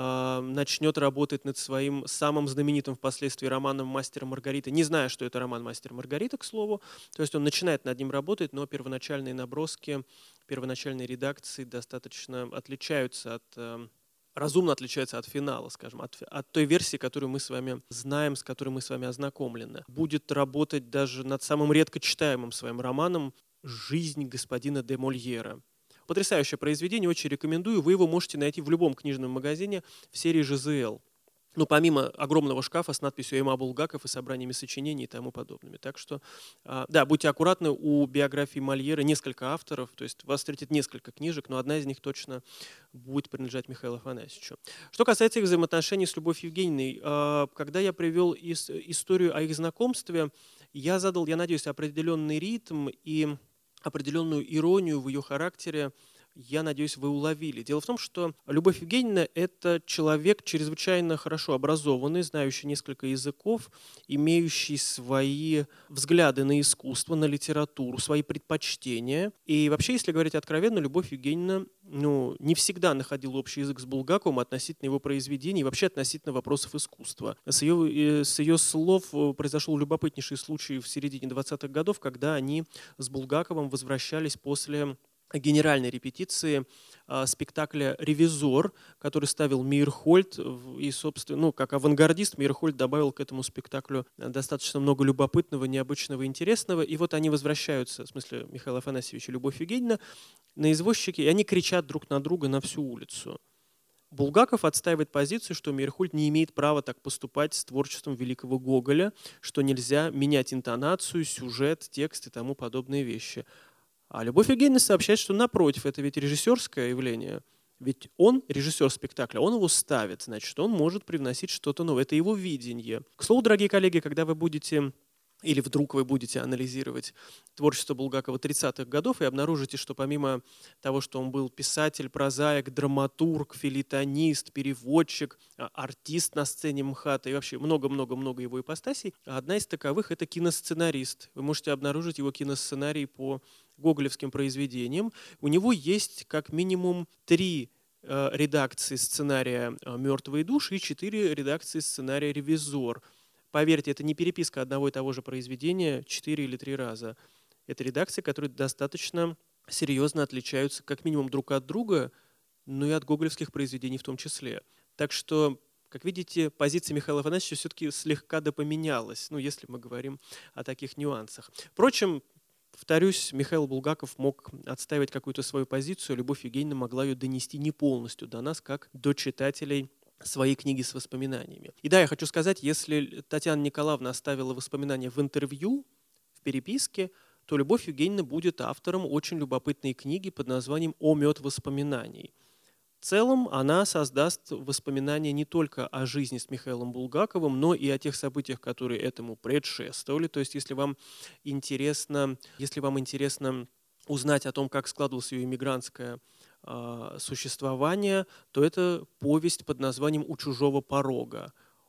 начнет работать над своим самым знаменитым впоследствии романом «Мастер и Маргарита», не зная, что это роман «Мастер и Маргарита», к слову. То есть он начинает над ним работать, но первоначальные наброски, первоначальные редакции достаточно отличаются от... разумно отличается от финала, скажем, от, от той версии, которую мы с вами знаем, с которой мы с вами ознакомлены. Будет работать даже над самым редко читаемым своим романом «Жизнь господина де Мольера». Потрясающее произведение, очень рекомендую. Вы его можете найти в любом книжном магазине в серии «жэ зэ эл». Ну, помимо огромного шкафа с надписью «М А. Булгаков» и собраниями сочинений и тому подобными. Так что, да, будьте аккуратны, у биографии Мольера несколько авторов, то есть вас встретит несколько книжек, но одна из них точно будет принадлежать Михаилу Афанасьевичу. Что касается их взаимоотношений с Любовью Евгеньевной, когда я привел историю о их знакомстве, я задал, я надеюсь, определенный ритм и определенную иронию в ее характере, я надеюсь, вы уловили. Дело в том, что Любовь Евгеньевна – это человек чрезвычайно хорошо образованный, знающий несколько языков, имеющий свои взгляды на искусство, на литературу, свои предпочтения. И вообще, если говорить откровенно, Любовь Евгеньевна ну, не всегда находила общий язык с Булгаковым относительно его произведений и вообще относительно вопросов искусства. С ее, с ее слов произошел любопытнейший случай в середине двадцатых годов, когда они с Булгаковым возвращались после генеральной репетиции э, спектакля «Ревизор», который ставил Мейерхольд. И, собственно, ну, как авангардист, Мейерхольд добавил к этому спектаклю достаточно много любопытного, необычного, интересного. И вот они возвращаются, в смысле Михаил Афанасьевич и Любовь Евгеньевна, на извозчике, и они кричат друг на друга на всю улицу. Булгаков отстаивает позицию, что Мейерхольд не имеет права так поступать с творчеством великого Гоголя, что нельзя менять интонацию, сюжет, текст и тому подобные вещи. А Любовь Евгеньевна сообщает, что напротив, это ведь режиссерское явление. Ведь он режиссер спектакля, он его ставит, значит, он может привносить что-то новое. Это его видение. К слову, дорогие коллеги, когда вы будете, или вдруг вы будете анализировать творчество Булгакова тридцатых годов и обнаружите, что помимо того, что он был писатель, прозаик, драматург, филитонист, переводчик, артист на сцене МХАТа и вообще много-много-много его ипостасей, одна из таковых – это киносценарист. Вы можете обнаружить его киносценарий по гоголевским произведениям. У него есть как минимум три э, редакции сценария «Мертвые души» и четыре редакции сценария «Ревизор». Поверьте, это не переписка одного и того же произведения четыре или три раза. Это редакции, которые достаточно серьезно отличаются как минимум друг от друга, но и от гоголевских произведений в том числе. Так что, как видите, позиция Михаила Афанасьевича все-таки слегка допоменялась, ну, если мы говорим о таких нюансах. Впрочем, повторюсь, Михаил Булгаков мог отстаивать какую-то свою позицию, Любовь Евгеньевна могла ее донести не полностью до нас, как до читателей своей книги с воспоминаниями. И да, я хочу сказать, если Татьяна Николаевна оставила воспоминания в интервью, в переписке, то Любовь Евгеньевна будет автором очень любопытной книги под названием «Омет воспоминаний». В целом она создаст воспоминания не только о жизни с Михаилом Булгаковым, но и о тех событиях, которые этому предшествовали. То есть если вам интересно, если вам интересно узнать о том, как складывалось ее иммигрантское э, существование, то это повесть под названием «У чужого порога».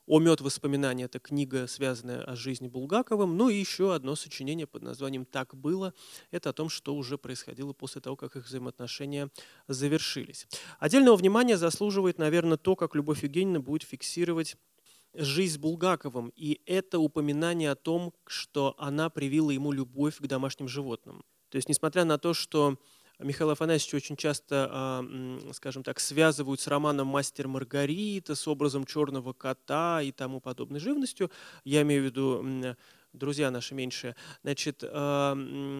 «Омет воспоминаний» — это книга, связанная о жизни Булгаковым. Ну и еще одно сочинение под названием «Так было». Это о том, что уже происходило после того, как их взаимоотношения завершились. Отдельного внимания заслуживает, наверное, то, как Любовь Евгеньевна будет фиксировать жизнь с Булгаковым. И это упоминание о том, что она привила ему любовь к домашним животным. То есть, несмотря на то, что Михаил Афанасьевич очень часто, скажем так, связывают с романом «Мастер Маргарита», с образом черного кота и тому подобной живностью. Я имею в виду «Друзья наши меньшие». Значит, дело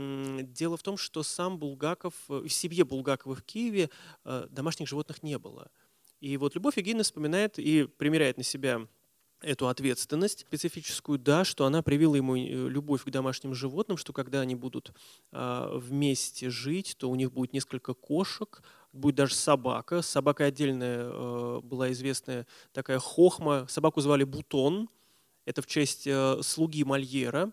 в том, что сам Булгаков, в семье Булгаковых в Киеве домашних животных не было. И вот Любовь Евгеньевна вспоминает и примеряет на себя эту ответственность специфическую, да, что она привила ему любовь к домашним животным, что когда они будут э, вместе жить, то у них будет несколько кошек, будет даже собака. С собакой отдельная э, была известная такая хохма. Собаку звали Бутон. Это в честь э, слуги Мольера.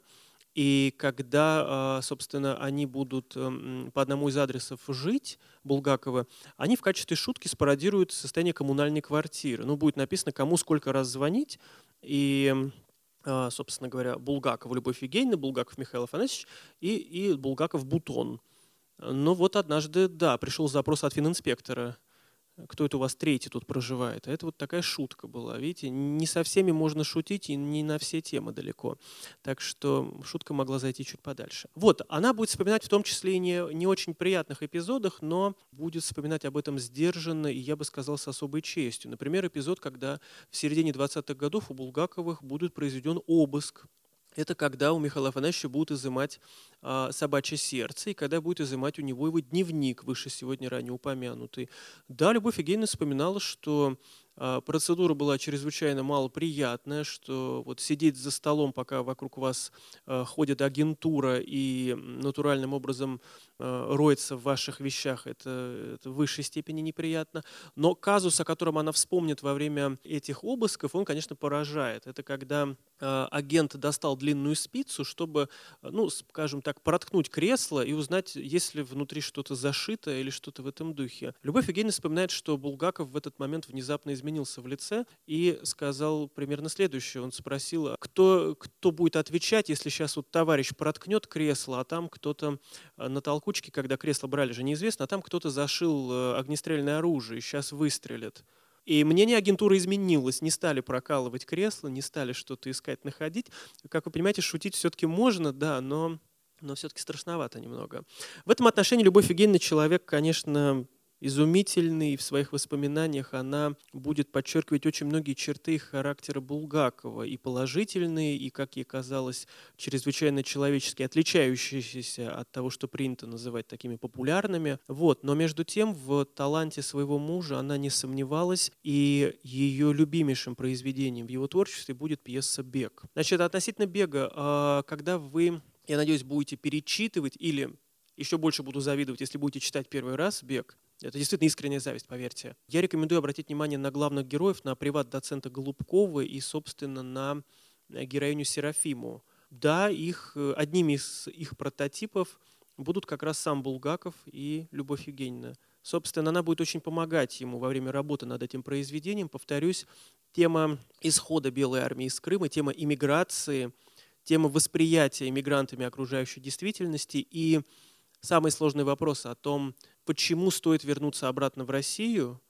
И когда, собственно, они будут по одному из адресов жить, Булгакова, они в качестве шутки спародируют состояние коммунальной квартиры. Ну, будет написано, кому сколько раз звонить. И, собственно говоря, Булгаков Любовь Евгеньевна, Булгаков Михаил Афанасьевич и, и Булгаков Бутон. Но вот однажды, да, пришел запрос от фининспектора. Кто это у вас третий тут проживает? А это вот такая шутка была. Видите, не со всеми можно шутить, и не на все темы далеко. Так что шутка могла зайти чуть подальше. Вот, она будет вспоминать в том числе и не, не очень приятных эпизодах, но будет вспоминать об этом сдержанно и, я бы сказал, с особой честью. Например, эпизод, когда в середине двадцатых годов у Булгаковых будет произведен обыск. Это когда у Михаила Афанасьевича будут изымать а, собачье сердце, и когда будет изымать у него его дневник, выше сегодня ранее упомянутый. Да, Любовь Евгеньевна вспоминала, что а, процедура была чрезвычайно малоприятная, что вот сидеть за столом, пока вокруг вас а, ходит агентура и натуральным образом а, роется в ваших вещах, это, это в высшей степени неприятно. Но казус, о котором она вспомнит во время этих обысков, он, конечно, поражает. Это когда а, агент достал длинную спицу, чтобы, ну, скажем так, проткнуть кресло и узнать, есть ли внутри что-то зашито или что-то в этом духе. Любовь Евгеньевна вспоминает, что Булгаков в этот момент внезапно изменился в лице и сказал примерно следующее. Он спросил, кто, кто будет отвечать, если сейчас вот товарищ проткнет кресло, а там кто-то на толкучке, когда кресло брали же неизвестно, а там кто-то зашил огнестрельное оружие и сейчас выстрелит. И мнение агентуры изменилось. Не стали прокалывать кресло, не стали что-то искать, находить. Как вы понимаете, шутить все-таки можно, да, но, но все-таки страшновато немного. В этом отношении Любовь Евгеньевна человек, конечно, изумительный. И в своих воспоминаниях она будет подчеркивать очень многие черты характера Булгакова. И положительные, и, как ей казалось, чрезвычайно человеческие, отличающиеся от того, что принято называть такими популярными. Вот. Но между тем в таланте своего мужа она не сомневалась, и ее любимейшим произведением в его творчестве будет пьеса «Бег». Значит, относительно «Бега», когда вы, я надеюсь, будете перечитывать или еще больше буду завидовать, если будете читать первый раз «Бег». Это действительно искренняя зависть, поверьте. Я рекомендую обратить внимание на главных героев, на приват-доцента Голубкова и, собственно, на героиню Серафиму. Да, их, одними из их прототипов будут как раз сам Булгаков и Любовь Евгеньевна. Собственно, она будет очень помогать ему во время работы над этим произведением. Повторюсь, тема исхода Белой армии из Крыма, тема иммиграции, тема восприятия иммигрантами окружающей действительности и самый сложный вопрос о том, почему стоит вернуться обратно в Россию,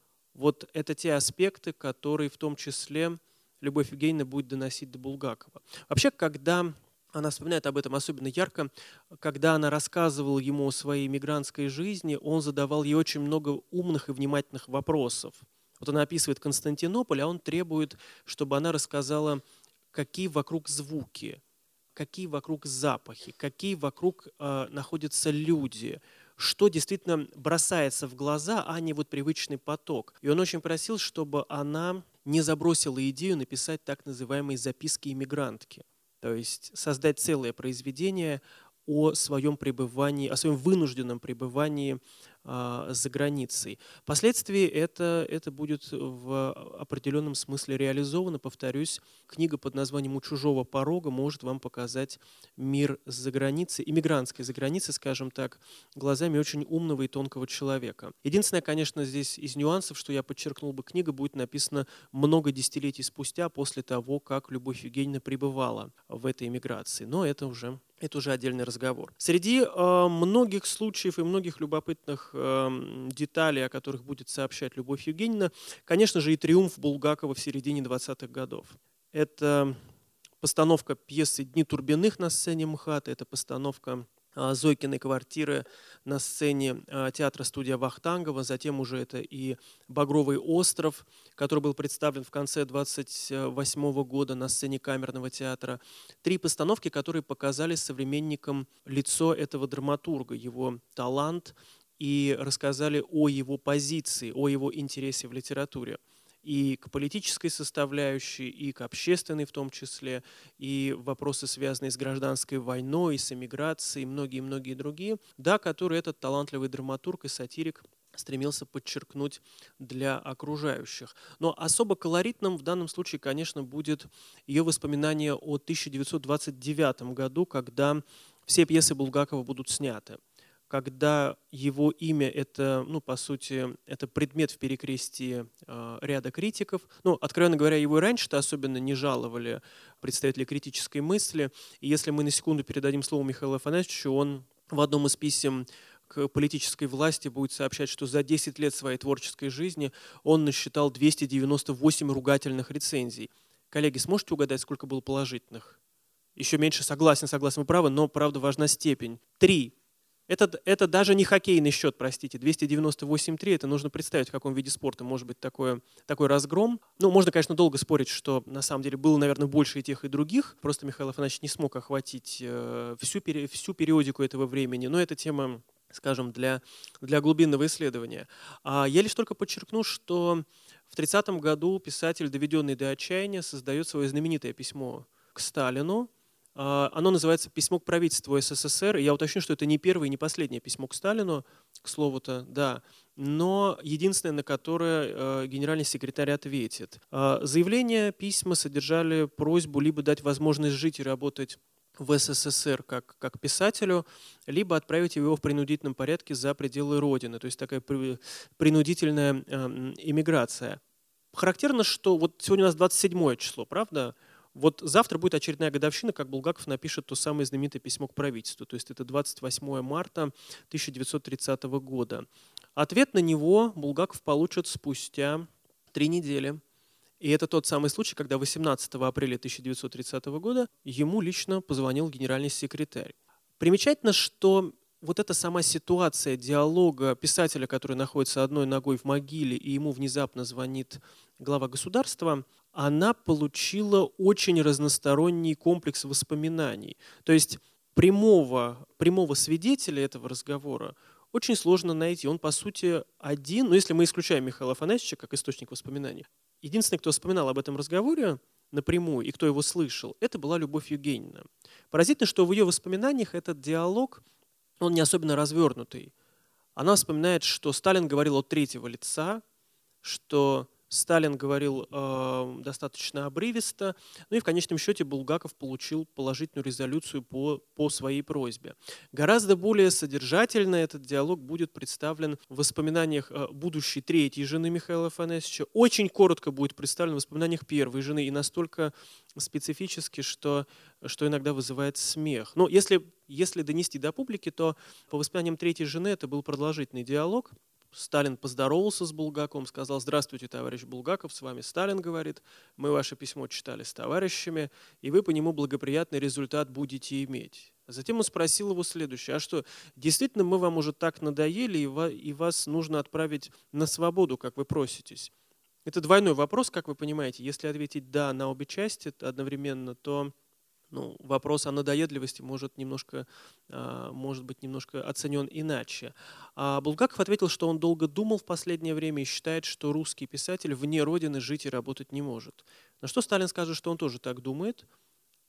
вот это те аспекты, которые в том числе Любовь Евгеньевна будет доносить до Булгакова. Вообще, когда она вспоминает об этом особенно ярко, когда она рассказывала ему о своей мигрантской жизни, он задавал ей очень много умных и внимательных вопросов. Вот она описывает Константинополь, а он требует, чтобы она рассказала, какие вокруг звуки, какие вокруг запахи, какие вокруг э, находятся люди, что действительно бросается в глаза, а не вот привычный поток. И он очень просил, чтобы она не забросила идею написать так называемые записки иммигрантки, то есть создать целое произведение о своем пребывании, о своем вынужденном пребывании за границей. Впоследствии это, это будет в определенном смысле реализовано. Повторюсь, книга под названием «У чужого порога» может вам показать мир за границей, иммигрантской за границей, скажем так, глазами очень умного и тонкого человека. Единственное, конечно, здесь из нюансов, что я подчеркнул бы, книга будет написана много десятилетий спустя, после того, как Любовь Евгеньевна пребывала в этой эмиграции. Но это уже, это уже отдельный разговор. Среди э, многих случаев и многих любопытных э, деталей, о которых будет сообщать Любовь Евгеньевна, конечно же, и триумф Булгакова в середине двадцатых годов. Это постановка пьесы «Дни Турбиных» на сцене МХАТа, это постановка Зойкиной квартиры на сцене театра-студия Вахтангова, затем уже это и «Багровый остров», который был представлен в конце двадцать восьмого года на сцене Камерного театра. Три постановки, которые показали современникам лицо этого драматурга, его талант, и рассказали о его позиции, о его интересе в литературе. И к политической составляющей, и к общественной в том числе, и вопросы, связанные с гражданской войной, с эмиграцией, и многие-многие другие, да, которые этот талантливый драматург и сатирик стремился подчеркнуть для окружающих. Но особо колоритным в данном случае, конечно, будет ее воспоминание о тысяча девятьсот двадцать девятом году, когда все пьесы Булгакова будут сняты. Когда его имя – это, ну, по сути, это предмет в перекрестии э, ряда критиков. Ну, откровенно говоря, его и раньше-то особенно не жаловали представители критической мысли. И если мы на секунду передадим слово Михаилу Афанасьевичу, он в одном из писем к политической власти будет сообщать, что за десять лет своей творческой жизни он насчитал двести девяносто восемь ругательных рецензий. Коллеги, сможете угадать, сколько было положительных? Еще меньше, согласен, согласен, вы правы, но, правда, важна степень. Три. Это, это даже не хоккейный счет, простите, двести девяносто восемь три, это нужно представить, в каком виде спорта может быть такое, такой разгром. Ну, можно, конечно, долго спорить, что на самом деле было, наверное, больше и тех, и других. Просто Михаил Афанасьевич не смог охватить э, всю, всю периодику этого времени, но это тема, скажем, для, для глубинного исследования. А я лишь только подчеркну, что в тридцатом году писатель, доведенный до отчаяния, создает свое знаменитое письмо к Сталину. Оно называется «Письмо к правительству СССР». Я уточню, что это не первое и не последнее письмо к Сталину, к слову-то, да, но единственное, на которое генеральный секретарь ответит. Заявления, письма содержали просьбу либо дать возможность жить и работать в СССР как, как писателю, либо отправить его в принудительном порядке за пределы Родины, то есть такая принудительная эмиграция. Характерно, что вот сегодня у нас двадцать седьмое число, правда? Вот завтра будет очередная годовщина, как Булгаков напишет то самое знаменитое письмо к правительству. То есть это двадцать восьмое марта тысяча девятьсот тридцатого года. Ответ на него Булгаков получит спустя три недели. И это тот самый случай, когда восемнадцатого апреля тысяча девятьсот тридцатого года ему лично позвонил генеральный секретарь. Примечательно, что вот эта сама ситуация диалога писателя, который находится одной ногой в могиле, и ему внезапно звонит глава государства, она получила очень разносторонний комплекс воспоминаний. То есть прямого, прямого свидетеля этого разговора очень сложно найти. Он, по сути, один, но если мы исключаем Михаила Афанасьевича как источник воспоминаний, единственный, кто вспоминал об этом разговоре напрямую и кто его слышал, это была Любовь Евгеньевна. Поразительно, что в ее воспоминаниях этот диалог, он не особенно развернутый. Она вспоминает, что Сталин говорил от третьего лица, что Сталин говорил э, достаточно обрывисто, ну и в конечном счете Булгаков получил положительную резолюцию по, по своей просьбе. Гораздо более содержательно этот диалог будет представлен в воспоминаниях э, будущей третьей жены Михаила Афанасьевича. Очень коротко будет представлен в воспоминаниях первой жены и настолько специфически, что, что иногда вызывает смех. Но если, если донести до публики, то по воспоминаниям третьей жены это был продолжительный диалог. Сталин поздоровался с Булгаковым, сказал: «Здравствуйте, товарищ Булгаков, с вами Сталин говорит, мы ваше письмо читали с товарищами, и вы по нему благоприятный результат будете иметь». Затем он спросил его следующее: «А что, действительно мы вам уже так надоели, и вас нужно отправить на свободу, как вы проситесь?» Это двойной вопрос, как вы понимаете. Если ответить «да» на обе части одновременно, то ну, вопрос о надоедливости может, немножко, может быть немножко оценен иначе. А Булгаков ответил, что он долго думал в последнее время и считает, что русский писатель вне Родины жить и работать не может. На что Сталин скажет, что он тоже так думает.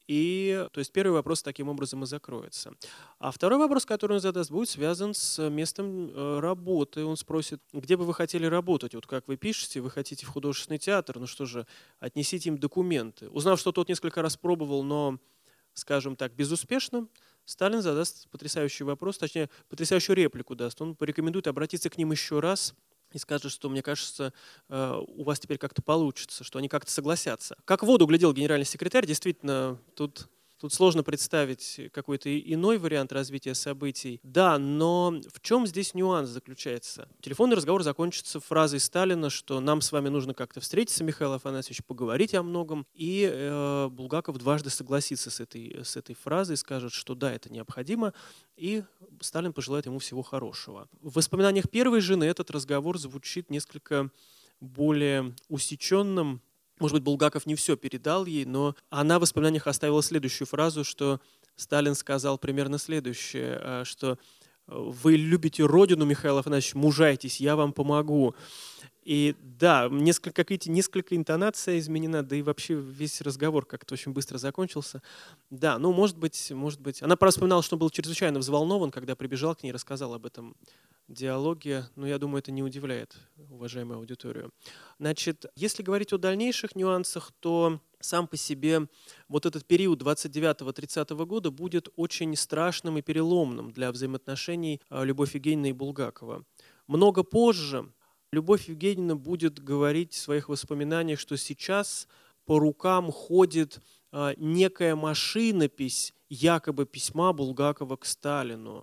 И, то есть первый вопрос таким образом и закроется. А второй вопрос, который он задаст, будет связан с местом э, работы. Он спросит, где бы вы хотели работать? Вот как вы пишете, вы хотите в художественный театр, ну что же, отнесите им документы. Узнав, что тот несколько раз пробовал, но, скажем так, безуспешно, Сталин задаст потрясающий вопрос, точнее, потрясающую реплику даст. Он порекомендует обратиться к ним еще раз и скажет, что, мне кажется, у вас теперь как-то получится, что они как-то согласятся. Как в воду глядел генеральный секретарь, действительно, тут, тут сложно представить какой-то иной вариант развития событий. Да, но в чем здесь нюанс заключается? Телефонный разговор закончится фразой Сталина, что нам с вами нужно как-то встретиться, Михаил Афанасьевич, поговорить о многом. И э, Булгаков дважды согласится с этой, с этой фразой, скажет, что да, это необходимо, и Сталин пожелает ему всего хорошего. В воспоминаниях первой жены этот разговор звучит несколько более усеченным. Может быть, Булгаков не все передал ей, но она в воспоминаниях оставила следующую фразу, что Сталин сказал примерно следующее, что «Вы любите родину, Михаил Афанасьевич, мужайтесь, я вам помогу». И да, несколько, как видите, несколько интонация изменена, да и вообще весь разговор как-то очень быстро закончился. Да, ну, может быть, может быть. Она просто вспоминала, что он был чрезвычайно взволнован, когда прибежал к ней и рассказал об этом диалоге. Но я думаю, это не удивляет уважаемую аудиторию. Значит, если говорить о дальнейших нюансах, то сам по себе вот этот период двадцать девятого — тридцатого года будет очень страшным и переломным для взаимоотношений Любовь Евгеньевны и Булгакова. Много позже Любовь Евгеньевна будет говорить в своих воспоминаниях, что сейчас по рукам ходит а, некая машинопись якобы письма Булгакова к Сталину.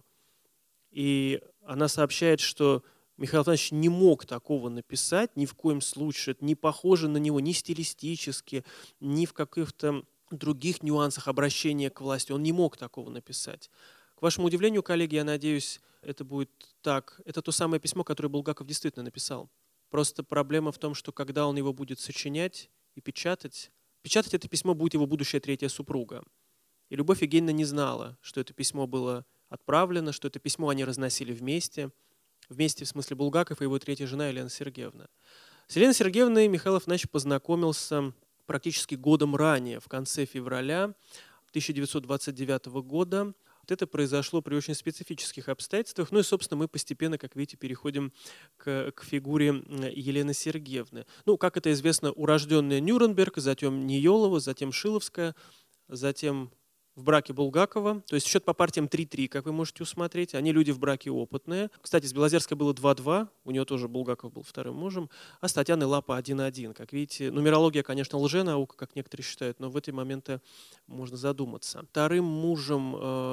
И она сообщает, что Михаил Афанасьевич не мог такого написать ни в коем случае. Это не похоже на него ни стилистически, ни в каких-то других нюансах обращения к власти. Он не мог такого написать. К вашему удивлению, коллеги, я надеюсь, это будет так. Это то самое письмо, которое Булгаков действительно написал. Просто проблема в том, что когда он его будет сочинять и печатать, печатать это письмо будет его будущая третья супруга. И Любовь Евгеньевна не знала, что это письмо было отправлено, что это письмо они разносили вместе. Вместе, в смысле, Булгаков и его третья жена Елена Сергеевна. С Еленой Сергеевной Михаил Афанасьевич познакомился практически годом ранее, в конце февраля тысяча девятьсот двадцать девятого года. Это произошло при очень специфических обстоятельствах. Ну и, собственно, мы постепенно, как видите, переходим к, к фигуре Елены Сергеевны. Ну, как это известно, урожденная Нюрнберг, затем Ниелова, затем Шиловская, затем в браке Булгакова. То есть счет по партиям три-три, как вы можете усмотреть. Они люди в браке опытные. Кстати, с Белозерской было два-два, у нее тоже Булгаков был вторым мужем, а с Татьяной Лапа один-один. Как видите, нумерология, конечно, лженаука, как некоторые считают, но в эти моменты можно задуматься. Вторым мужем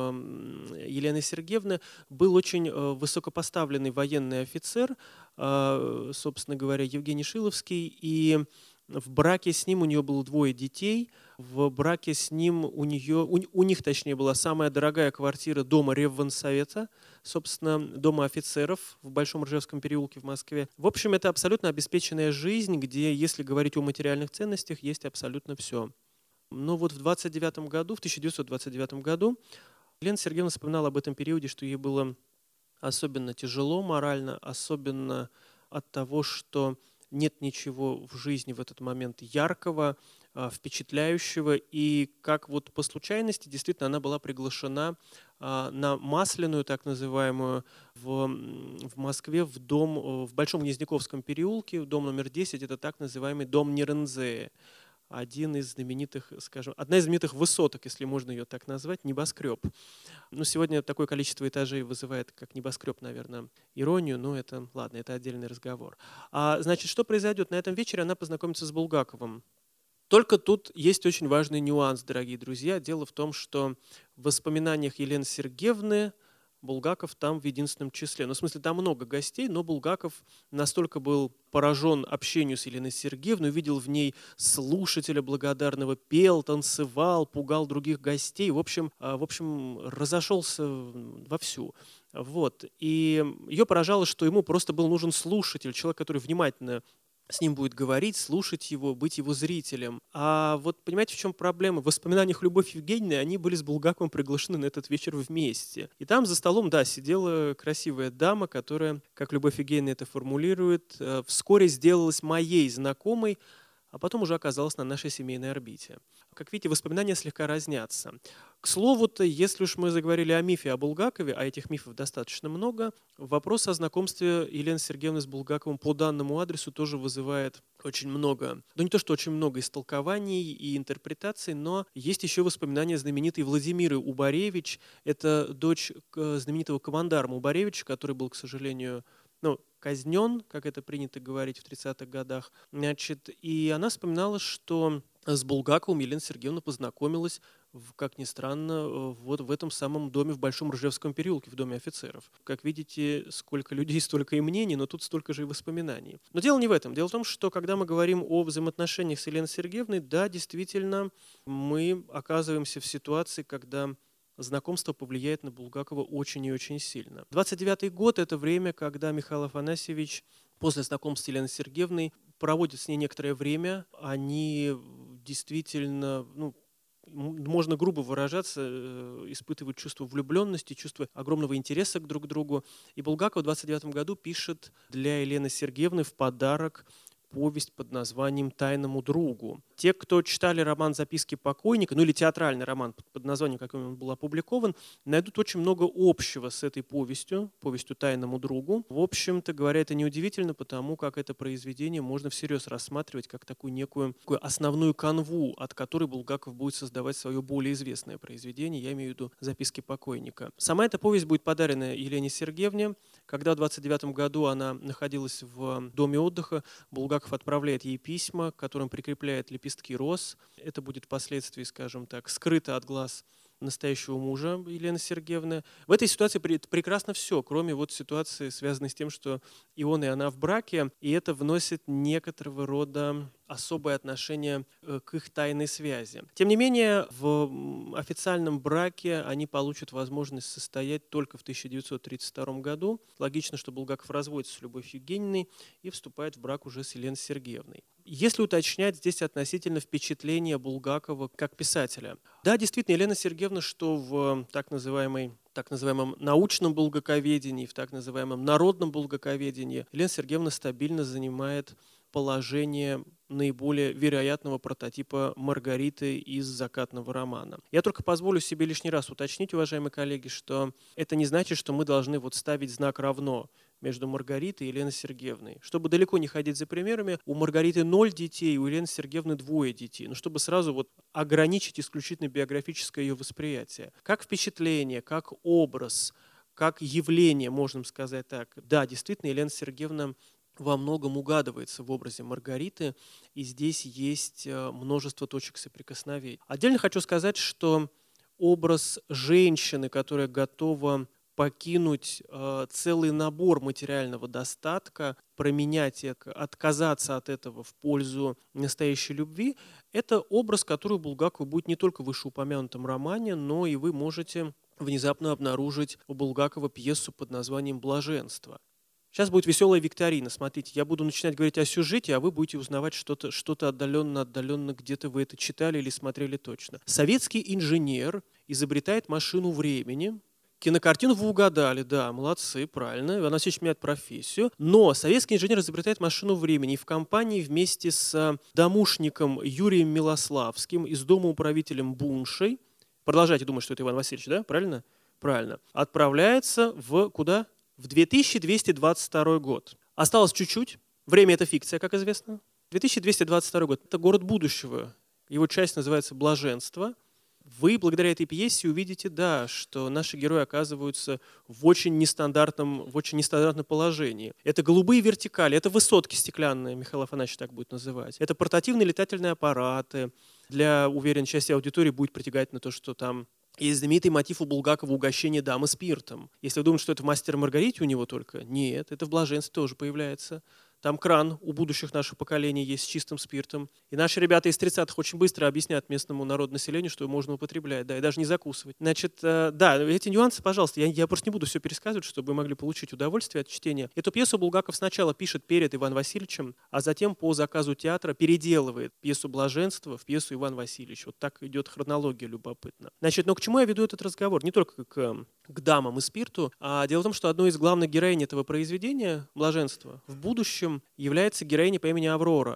э, Елены Сергеевны был очень э, высокопоставленный военный офицер, э, собственно говоря, Евгений Шиловский, и в браке с ним у нее было двое детей. В браке с ним у нее, у, у них, точнее, была самая дорогая квартира дома Реввоенсовета, собственно, дома офицеров в Большом Ржевском переулке в Москве. В общем, это абсолютно обеспеченная жизнь, где, если говорить о материальных ценностях, есть абсолютно все. Но вот в двадцать девятом году, в тысяча девятьсот двадцать девятом году Елена Сергеевна вспоминала об этом периоде, что ей было особенно тяжело морально, особенно от того, что нет ничего в жизни в этот момент яркого, впечатляющего. И как вот по случайности, действительно, она была приглашена на Масляную, так называемую, в, в Москве, в дом, в Большом Гнездяковском переулке, дом номер десять, это так называемый дом Нерензея. Один из знаменитых, скажем, одна из знаменитых высоток, если можно ее так назвать, небоскреб. Ну, сегодня такое количество этажей вызывает, как небоскреб, наверное, иронию, но это, ладно, это отдельный разговор. А, значит, что произойдет? На этом вечере она познакомится с Булгаковым. Только тут есть очень важный нюанс, дорогие друзья. Дело в том, что в воспоминаниях Елены Сергеевны Булгаков там в единственном числе. Ну, в смысле, там много гостей, но Булгаков настолько был поражен общению с Еленой Сергеевной, увидел в ней слушателя благодарного, пел, танцевал, пугал других гостей. В общем, в общем разошелся вовсю. Вот. И ее поражало, что ему просто был нужен слушатель, человек, который внимательно с ним будет говорить, слушать его, быть его зрителем. А вот понимаете, в чем проблема? В воспоминаниях Любовь Евгеньевны они были с Булгаковым приглашены на этот вечер вместе. И там за столом, да, сидела красивая дама, которая, как Любовь Евгеньевна это формулирует, вскоре сделалась моей знакомой, а потом уже оказалась на нашей семейной орбите. Как видите, воспоминания слегка разнятся. К слову-то, если уж мы заговорили о мифе о Булгакове, а этих мифов достаточно много, вопрос о знакомстве Елены Сергеевны с Булгаковым по данному адресу тоже вызывает очень много, ну не то, что очень много истолкований и интерпретаций, но есть еще воспоминания знаменитой Владимиры Убаревич. Это дочь знаменитого командарма Убаревича, который был, к сожалению, ну, казнен, как это принято говорить в тридцатых годах. Значит, и она вспоминала, что с Булгаковым Елена Сергеевна познакомилась, в, как ни странно, вот в этом самом доме в Большом Ржевском переулке, в доме офицеров. Как видите, сколько людей, столько и мнений, но тут столько же и воспоминаний. Но дело не в этом. Дело в том, что когда мы говорим о взаимоотношениях с Еленой Сергеевной, да, действительно, мы оказываемся в ситуации, когда знакомство повлияет на Булгакова очень и очень сильно. двадцать девятый год – это время, когда Михаил Афанасьевич после знакомства с Еленой Сергеевной проводит с ней некоторое время. Они действительно, ну, можно грубо выражаться, испытывают чувство влюбленности, чувство огромного интереса друг к другу. И Булгаков в двадцать девятом году пишет для Елены Сергеевны в подарок повесть под названием «Тайному другу». Те, кто читали роман «Записки покойника», ну или театральный роман под названием, как он был опубликован, найдут очень много общего с этой повестью, повестью «Тайному другу». В общем-то говоря, это неудивительно, потому как это произведение можно всерьез рассматривать как такую некую такую основную канву, от которой Булгаков будет создавать свое более известное произведение, я имею в виду «Записки покойника». Сама эта повесть будет подарена Елене Сергеевне. Когда в двадцать девятом году она находилась в доме отдыха, Булгаков отправляет ей письма, к которым прикрепляет лепестки роз. Это будет впоследствии, скажем так, скрыто от глаз настоящего мужа Елены Сергеевны. В этой ситуации прекрасно все, кроме вот ситуации, связанной с тем, что и он, и она в браке, и это вносит некоторого рода особое отношение к их тайной связи. Тем не менее, в официальном браке они получат возможность состоять только в тысяча девятьсот тридцать втором году. Логично, что Булгаков разводится с Любовью Евгеньевной и вступает в брак уже с Еленой Сергеевной. Если уточнять здесь относительно впечатления Булгакова как писателя. Да, действительно, Елена Сергеевна, что в так называемой так называемом научном булгаковедении, в так называемом народном булгаковедении, Елена Сергеевна стабильно занимает положение наиболее вероятного прототипа Маргариты из «Закатного романа». Я только позволю себе лишний раз уточнить, уважаемые коллеги, что это не значит, что мы должны вот ставить знак «равно» между Маргаритой и Еленой Сергеевной. Чтобы далеко не ходить за примерами, у Маргариты ноль детей, у Елены Сергеевны двое детей. Но чтобы сразу вот ограничить исключительно биографическое ее восприятие. Как впечатление, как образ, как явление, можно сказать так. Да, действительно, Елена Сергеевна во многом угадывается в образе Маргариты, и здесь есть множество точек соприкосновения. Отдельно хочу сказать, что образ женщины, которая готова покинуть э, целый набор материального достатка, променять, отказаться от этого в пользу настоящей любви, это образ, который у Булгакова будет не только в вышеупомянутом романе, но и вы можете внезапно обнаружить у Булгакова пьесу под названием «Блаженство». Сейчас будет веселая викторина. Смотрите, я буду начинать говорить о сюжете, а вы будете узнавать что-то, что-то отдаленно-отдаленно, где-то вы это читали или смотрели точно. Советский инженер изобретает машину времени. Кинокартину вы угадали, да, молодцы, правильно. Иван Васильевич меняет профессию. Но советский инженер изобретает машину времени и в компании вместе с домушником Юрием Милославским и с домоуправителем Буншей, продолжайте думать, что это Иван Васильевич, да, правильно? Правильно. Отправляется в куда? В две тысячи двести двадцать второй год. Осталось чуть-чуть. Время – это фикция, как известно. две тысячи двести двадцать второй год – это город будущего. Его часть называется «Блаженство». Вы благодаря этой пьесе увидите, да, что наши герои оказываются в очень нестандартном, в очень нестандартном положении. Это голубые вертикали, это высотки стеклянные, Михаил Афанасьевич так будет называть. Это портативные летательные аппараты. Для, уверен, части аудитории будет притягательно то, что там есть знаменитый мотив у Булгакова «Угощение дамы спиртом». Если вы думаете, что это в «Мастере и Маргарите» у него только, нет, это в «Блаженстве» тоже появляется. Там кран у будущих наших поколений есть с чистым спиртом. И наши ребята из тридцатых очень быстро объяснят местному народонаселению, что его можно употреблять, да, и даже не закусывать. Значит, да, эти нюансы, пожалуйста, я, я просто не буду все пересказывать, чтобы вы могли получить удовольствие от чтения. Эту пьесу Булгаков сначала пишет перед Иваном Васильевичем, а затем по заказу театра переделывает пьесу «Блаженство» в пьесу «Иван Васильевич». Вот так идет хронология любопытно. Значит, но к чему я веду этот разговор? Не только к, к дамам и спирту, а дело в том, что одной из главных героинь этого произведения «Блаженство» в будущем является героиня по имени Аврора,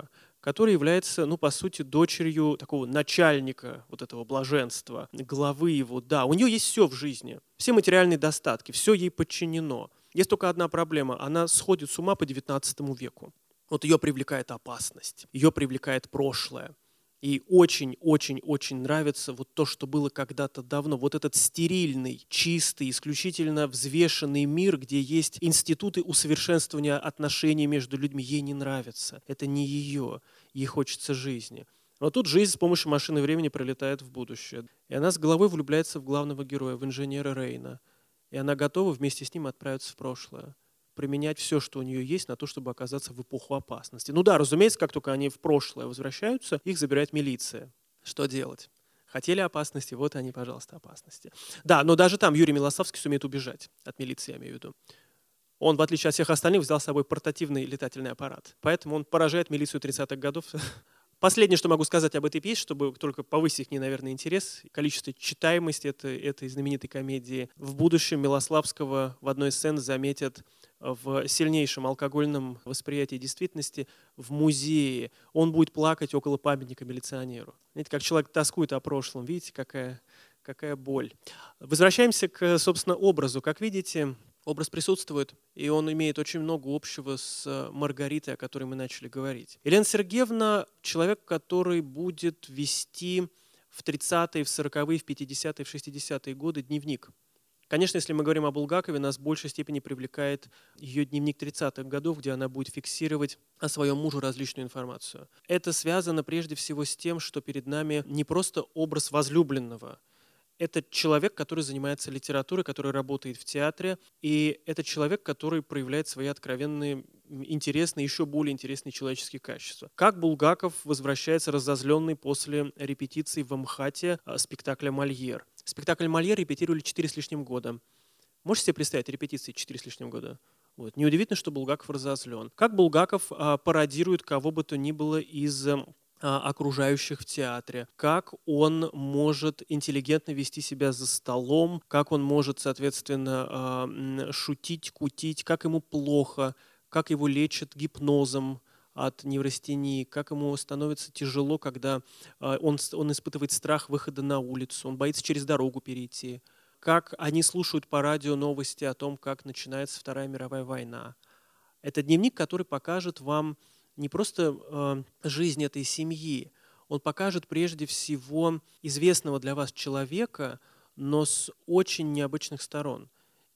которая является, ну, по сути, дочерью такого начальника вот этого блаженства, главы его. Да, у нее есть все в жизни, все материальные достатки, все ей подчинено. Есть только одна проблема, она сходит с ума по девятнадцатому веку. Вот ее привлекает опасность, ее привлекает прошлое. И очень-очень-очень нравится вот то, что было когда-то давно. Вот этот стерильный, чистый, исключительно взвешенный мир, где есть институты усовершенствования отношений между людьми. Ей не нравится. Это не ее. Ей хочется жизни. Но тут жизнь с помощью машины времени пролетает в будущее. И она с головой влюбляется в главного героя, в инженера Рейна. И она готова вместе с ним отправиться в прошлое, применять все, что у нее есть, на то, чтобы оказаться в эпоху опасности. Ну да, разумеется, как только они в прошлое возвращаются, их забирает милиция. Что делать? Хотели опасности, вот они, пожалуйста, опасности. Да, но даже там Юрий Милославский сумеет убежать от милиции, я имею в виду. Он, в отличие от всех остальных, взял с собой портативный летательный аппарат. Поэтому он поражает милицию тридцатых годов. Последнее, что могу сказать об этой пьесе, чтобы только повысить к ней, наверное, интерес, количество читаемости этой, этой знаменитой комедии. В будущем Милославского в одной из сцен заметят в сильнейшем алкогольном восприятии действительности в музее. Он будет плакать около памятника милиционеру. Знаете, как человек тоскует о прошлом. Видите, какая, какая боль. Возвращаемся к, собственно, образу. Как видите, образ присутствует, и он имеет очень много общего с Маргаритой, о которой мы начали говорить. Елена Сергеевна – человек, который будет вести в тридцатые, в сороковые, в пятидесятые, в шестидесятые годы дневник. Конечно, если мы говорим о Булгакове, нас в большей степени привлекает ее дневник тридцатых годов, где она будет фиксировать о своем муже различную информацию. Это связано прежде всего с тем, что перед нами не просто образ возлюбленного. Это человек, который занимается литературой, который работает в театре, и это человек, который проявляет свои откровенные, интересные, еще более интересные человеческие качества. Как Булгаков возвращается разозленный после репетиции в МХАТе спектакля «Мольер». Спектакль «Мольер» репетировали четыре с лишним года. Можете себе представить репетиции четыре с лишним года? Вот. Неудивительно, что Булгаков разозлен. Как Булгаков а, пародирует кого бы то ни было из окружающих в театре, как он может интеллигентно вести себя за столом, как он может, соответственно, шутить, кутить, как ему плохо, как его лечат гипнозом от неврастении, как ему становится тяжело, когда он, он испытывает страх выхода на улицу, он боится через дорогу перейти, как они слушают по радио новости о том, как начинается Вторая мировая война. Это дневник, который покажет вам не просто э, жизнь этой семьи, он покажет прежде всего известного для вас человека, но с очень необычных сторон.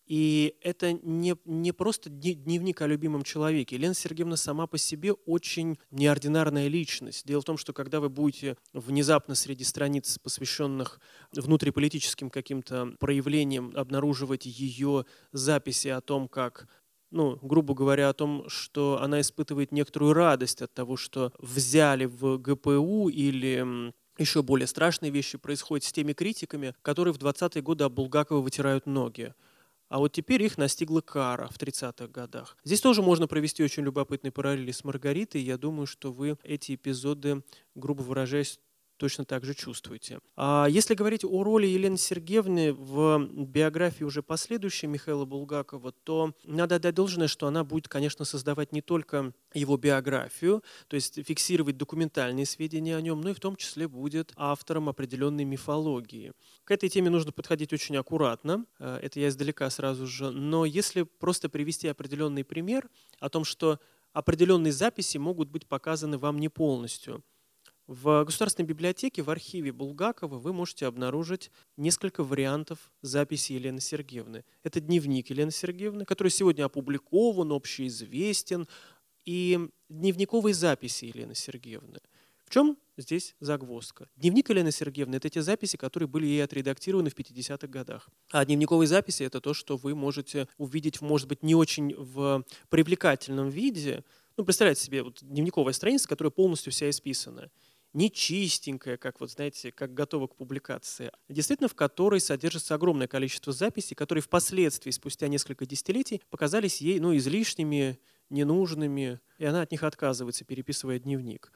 И это не, не просто дневник о любимом человеке. Елена Сергеевна сама по себе очень неординарная личность. Дело в том, что когда вы будете внезапно среди страниц, посвященных внутриполитическим каким-то проявлениям, обнаруживать ее записи о том, как, ну, грубо говоря, о том, что она испытывает некоторую радость от того, что взяли в ГПУ, или еще более страшные вещи происходят с теми критиками, которые в двадцатые годы об Булгакове вытирают ноги. А вот теперь их настигла кара в тридцатых годах. Здесь тоже можно провести очень любопытные параллели с Маргаритой. Я думаю, что вы эти эпизоды, грубо выражаясь, точно так же чувствуете. А если говорить о роли Елены Сергеевны в биографии уже последующей Михаила Булгакова, то надо отдать должное, что она будет, конечно, создавать не только его биографию, то есть фиксировать документальные сведения о нем, но и в том числе будет автором определенной мифологии. К этой теме нужно подходить очень аккуратно, это я издалека сразу же, но если просто привести определенный пример о том, что определенные записи могут быть показаны вам не полностью. В Государственной библиотеке, в архиве Булгакова вы можете обнаружить несколько вариантов записи Елены Сергеевны. Это дневник Елены Сергеевны, который сегодня опубликован, общеизвестен, и дневниковые записи Елены Сергеевны. В чем здесь загвоздка? Дневник Елены Сергеевны – это те записи, которые были ей отредактированы в пятидесятых годах. А дневниковые записи – это то, что вы можете увидеть, может быть, не очень в привлекательном виде. Ну, представляете себе, вот дневниковая страница, которая полностью вся исписана. Не чистенькая, как, вот, знаете, как готова к публикации, а действительно в которой содержится огромное количество записей, которые впоследствии, спустя несколько десятилетий, показались ей, ну, излишними, ненужными, и она от них отказывается, переписывая дневник.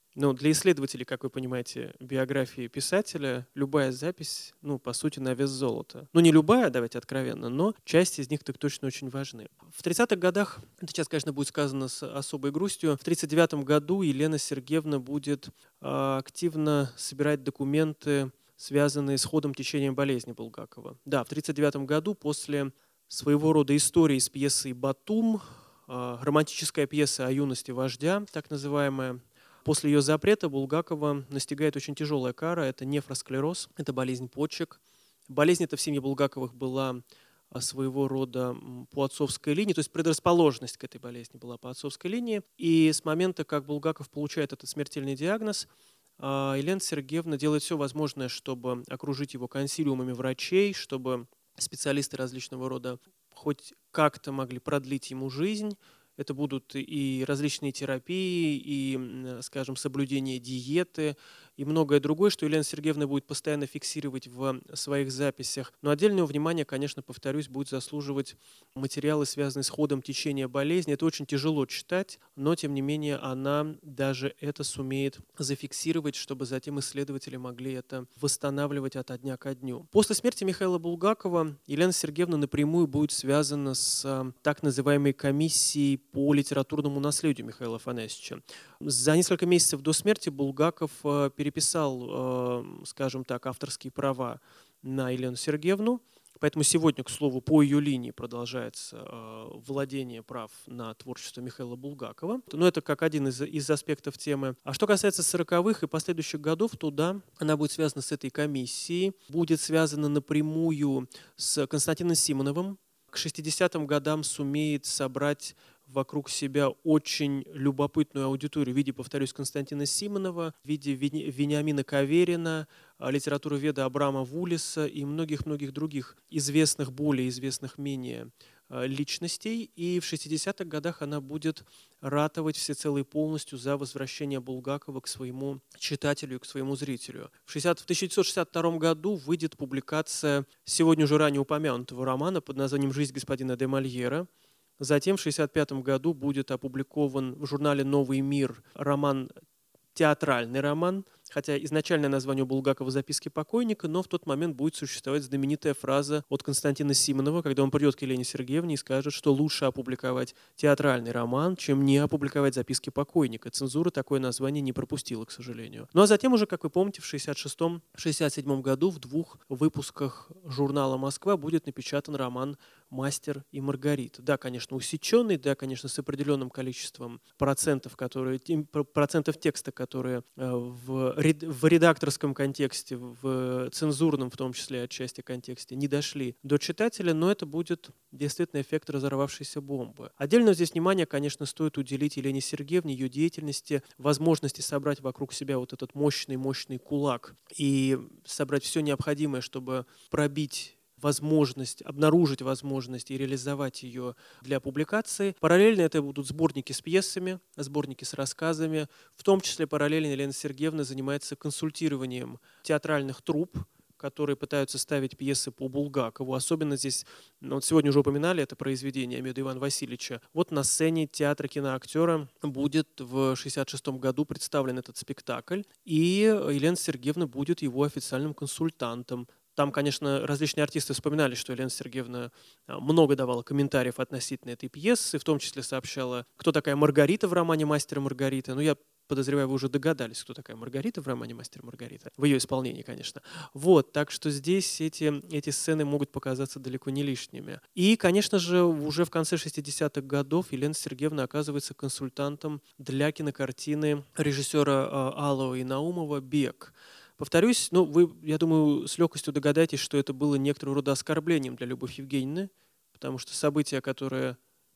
Ну, для исследователей, как вы понимаете, биографии писателя, любая запись, ну, по сути, на вес золота. Ну, не любая, давайте откровенно, но часть из них так точно очень важны. В тридцатых годах, это сейчас, конечно, будет сказано с особой грустью, в тридцать девятом году Елена Сергеевна будет а, активно собирать документы, связанные с ходом течения болезни Булгакова. Да, в тридцать девятом году после своего рода истории с пьесой «Батум», а, романтическая пьеса о юности вождя, так называемая, после ее запрета Булгакова настигает очень тяжелая кара. Это нефросклероз, это болезнь почек. Болезнь эта в семье Булгаковых была а, своего рода м, по отцовской линии, то есть предрасположенность к этой болезни была по отцовской линии. И с момента, как Булгаков получает этот смертельный диагноз, а, Елена Сергеевна делает все возможное, чтобы окружить его консилиумами врачей, чтобы специалисты различного рода хоть как-то могли продлить ему жизнь. Это будут и различные терапии, и, м, скажем, соблюдение диеты, и многое другое, что Елена Сергеевна будет постоянно фиксировать в своих записях. Но отдельного внимания, конечно, повторюсь, будет заслуживать материалы, связанные с ходом течения болезни. Это очень тяжело читать, но, тем не менее, она даже это сумеет зафиксировать, чтобы затем исследователи могли это восстанавливать ото дня ко дню. После смерти Михаила Булгакова Елена Сергеевна напрямую будет связана с а, так называемой комиссией по литературному наследию Михаила Афанасьевича. За несколько месяцев до смерти Булгаков э, переписал, э, скажем так, авторские права на Елену Сергеевну. Поэтому сегодня, к слову, по ее линии продолжается э, владение прав на творчество Михаила Булгакова. Но это как один из, из аспектов темы. А что касается сороковых и последующих годов, то да, она будет связана с этой комиссией, будет связана напрямую с Константином Симоновым. К шестидесятым годам сумеет собрать вокруг себя очень любопытную аудиторию в виде, повторюсь, Константина Симонова, в виде Вениамина Каверина, литературоведа Абрама Вулиса и многих-многих других известных, более известных, менее личностей. И в шестидесятых годах она будет ратовать всецело и полностью за возвращение Булгакова к своему читателю и к своему зрителю. В тысяча девятьсот шестьдесят втором году выйдет публикация сегодня уже ранее упомянутого романа под названием «Жизнь господина де Мольера». Затем в шестьдесят пятом году будет опубликован в журнале «Новый мир» роман, театральный роман, хотя изначальное название у Булгакова «Записки покойника», но в тот момент будет существовать знаменитая фраза от Константина Симонова, когда он придет к Елене Сергеевне и скажет, что лучше опубликовать театральный роман, чем не опубликовать «Записки покойника». Цензура такое название не пропустила, к сожалению. Ну а затем уже, как вы помните, в шестьдесят шестом — шестьдесят седьмом году в двух выпусках журнала «Москва» будет напечатан роман «Мастер и Маргарита». Да, конечно, усеченный, да, конечно, с определенным количеством процентов, которые, процентов текста, которые в, в редакторском контексте, в цензурном, в том числе отчасти контексте, не дошли до читателя, но это будет действительно эффект разорвавшейся бомбы. Отдельно здесь внимание, конечно, стоит уделить Елене Сергеевне, ее деятельности, возможности собрать вокруг себя вот этот мощный-мощный кулак и собрать все необходимое, чтобы пробить возможность, обнаружить возможность и реализовать ее для публикации. Параллельно это будут сборники с пьесами, сборники с рассказами. В том числе параллельно Елена Сергеевна занимается консультированием театральных труп, которые пытаются ставить пьесы по Булгакову. Особенно здесь, ну, вот сегодня уже упоминали это произведение, я имею в виду Ивана Васильевича. Вот на сцене театра киноактера будет в шестьдесят шестом году представлен этот спектакль, и Елена Сергеевна будет его официальным консультантом. Там, конечно, различные артисты вспоминали, что Елена Сергеевна много давала комментариев относительно этой пьесы, в том числе сообщала, кто такая Маргарита в романе «Мастер и Маргарита». Ну, я подозреваю, вы уже догадались, кто такая Маргарита в романе «Мастер и Маргарита». В ее исполнении, конечно. Вот, так что здесь эти, эти сцены могут показаться далеко не лишними. И, конечно же, уже в конце шестидесятых годов Елена Сергеевна оказывается консультантом для кинокартины режиссера Алова и Наумова «Бег». Повторюсь, ну, вы, я думаю, с легкостью догадаетесь, что это было некоторого рода оскорблением для Любовь Евгеньевны, потому что события, которые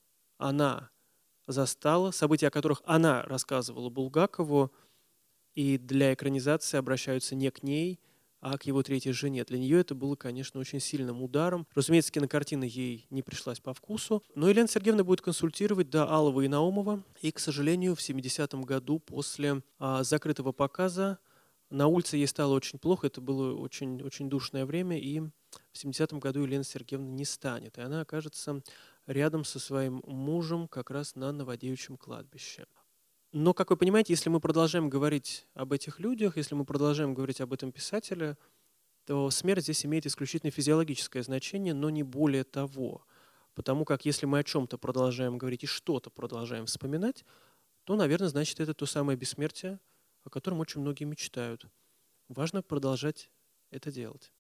она застала, события, о которых она рассказывала Булгакову, и для экранизации обращаются не к ней, а к его третьей жене. Для нее это было, конечно, очень сильным ударом. Разумеется, кинокартина ей не пришлась по вкусу, но Елена Сергеевна будет консультировать до Алова и Наумова, и, к сожалению, в семидесятом году после а, закрытого показа на улице ей стало очень плохо, это было очень, очень душное время, и в семидесятом году Елена Сергеевна не станет, и она окажется рядом со своим мужем как раз на Новодевичьем кладбище. Но, как вы понимаете, если мы продолжаем говорить об этих людях, если мы продолжаем говорить об этом писателе, то смерть здесь имеет исключительно физиологическое значение, но не более того. Потому как если мы о чем-то продолжаем говорить и что-то продолжаем вспоминать, то, наверное, значит, это то самое бессмертие, о котором очень многие мечтают. Важно продолжать это делать.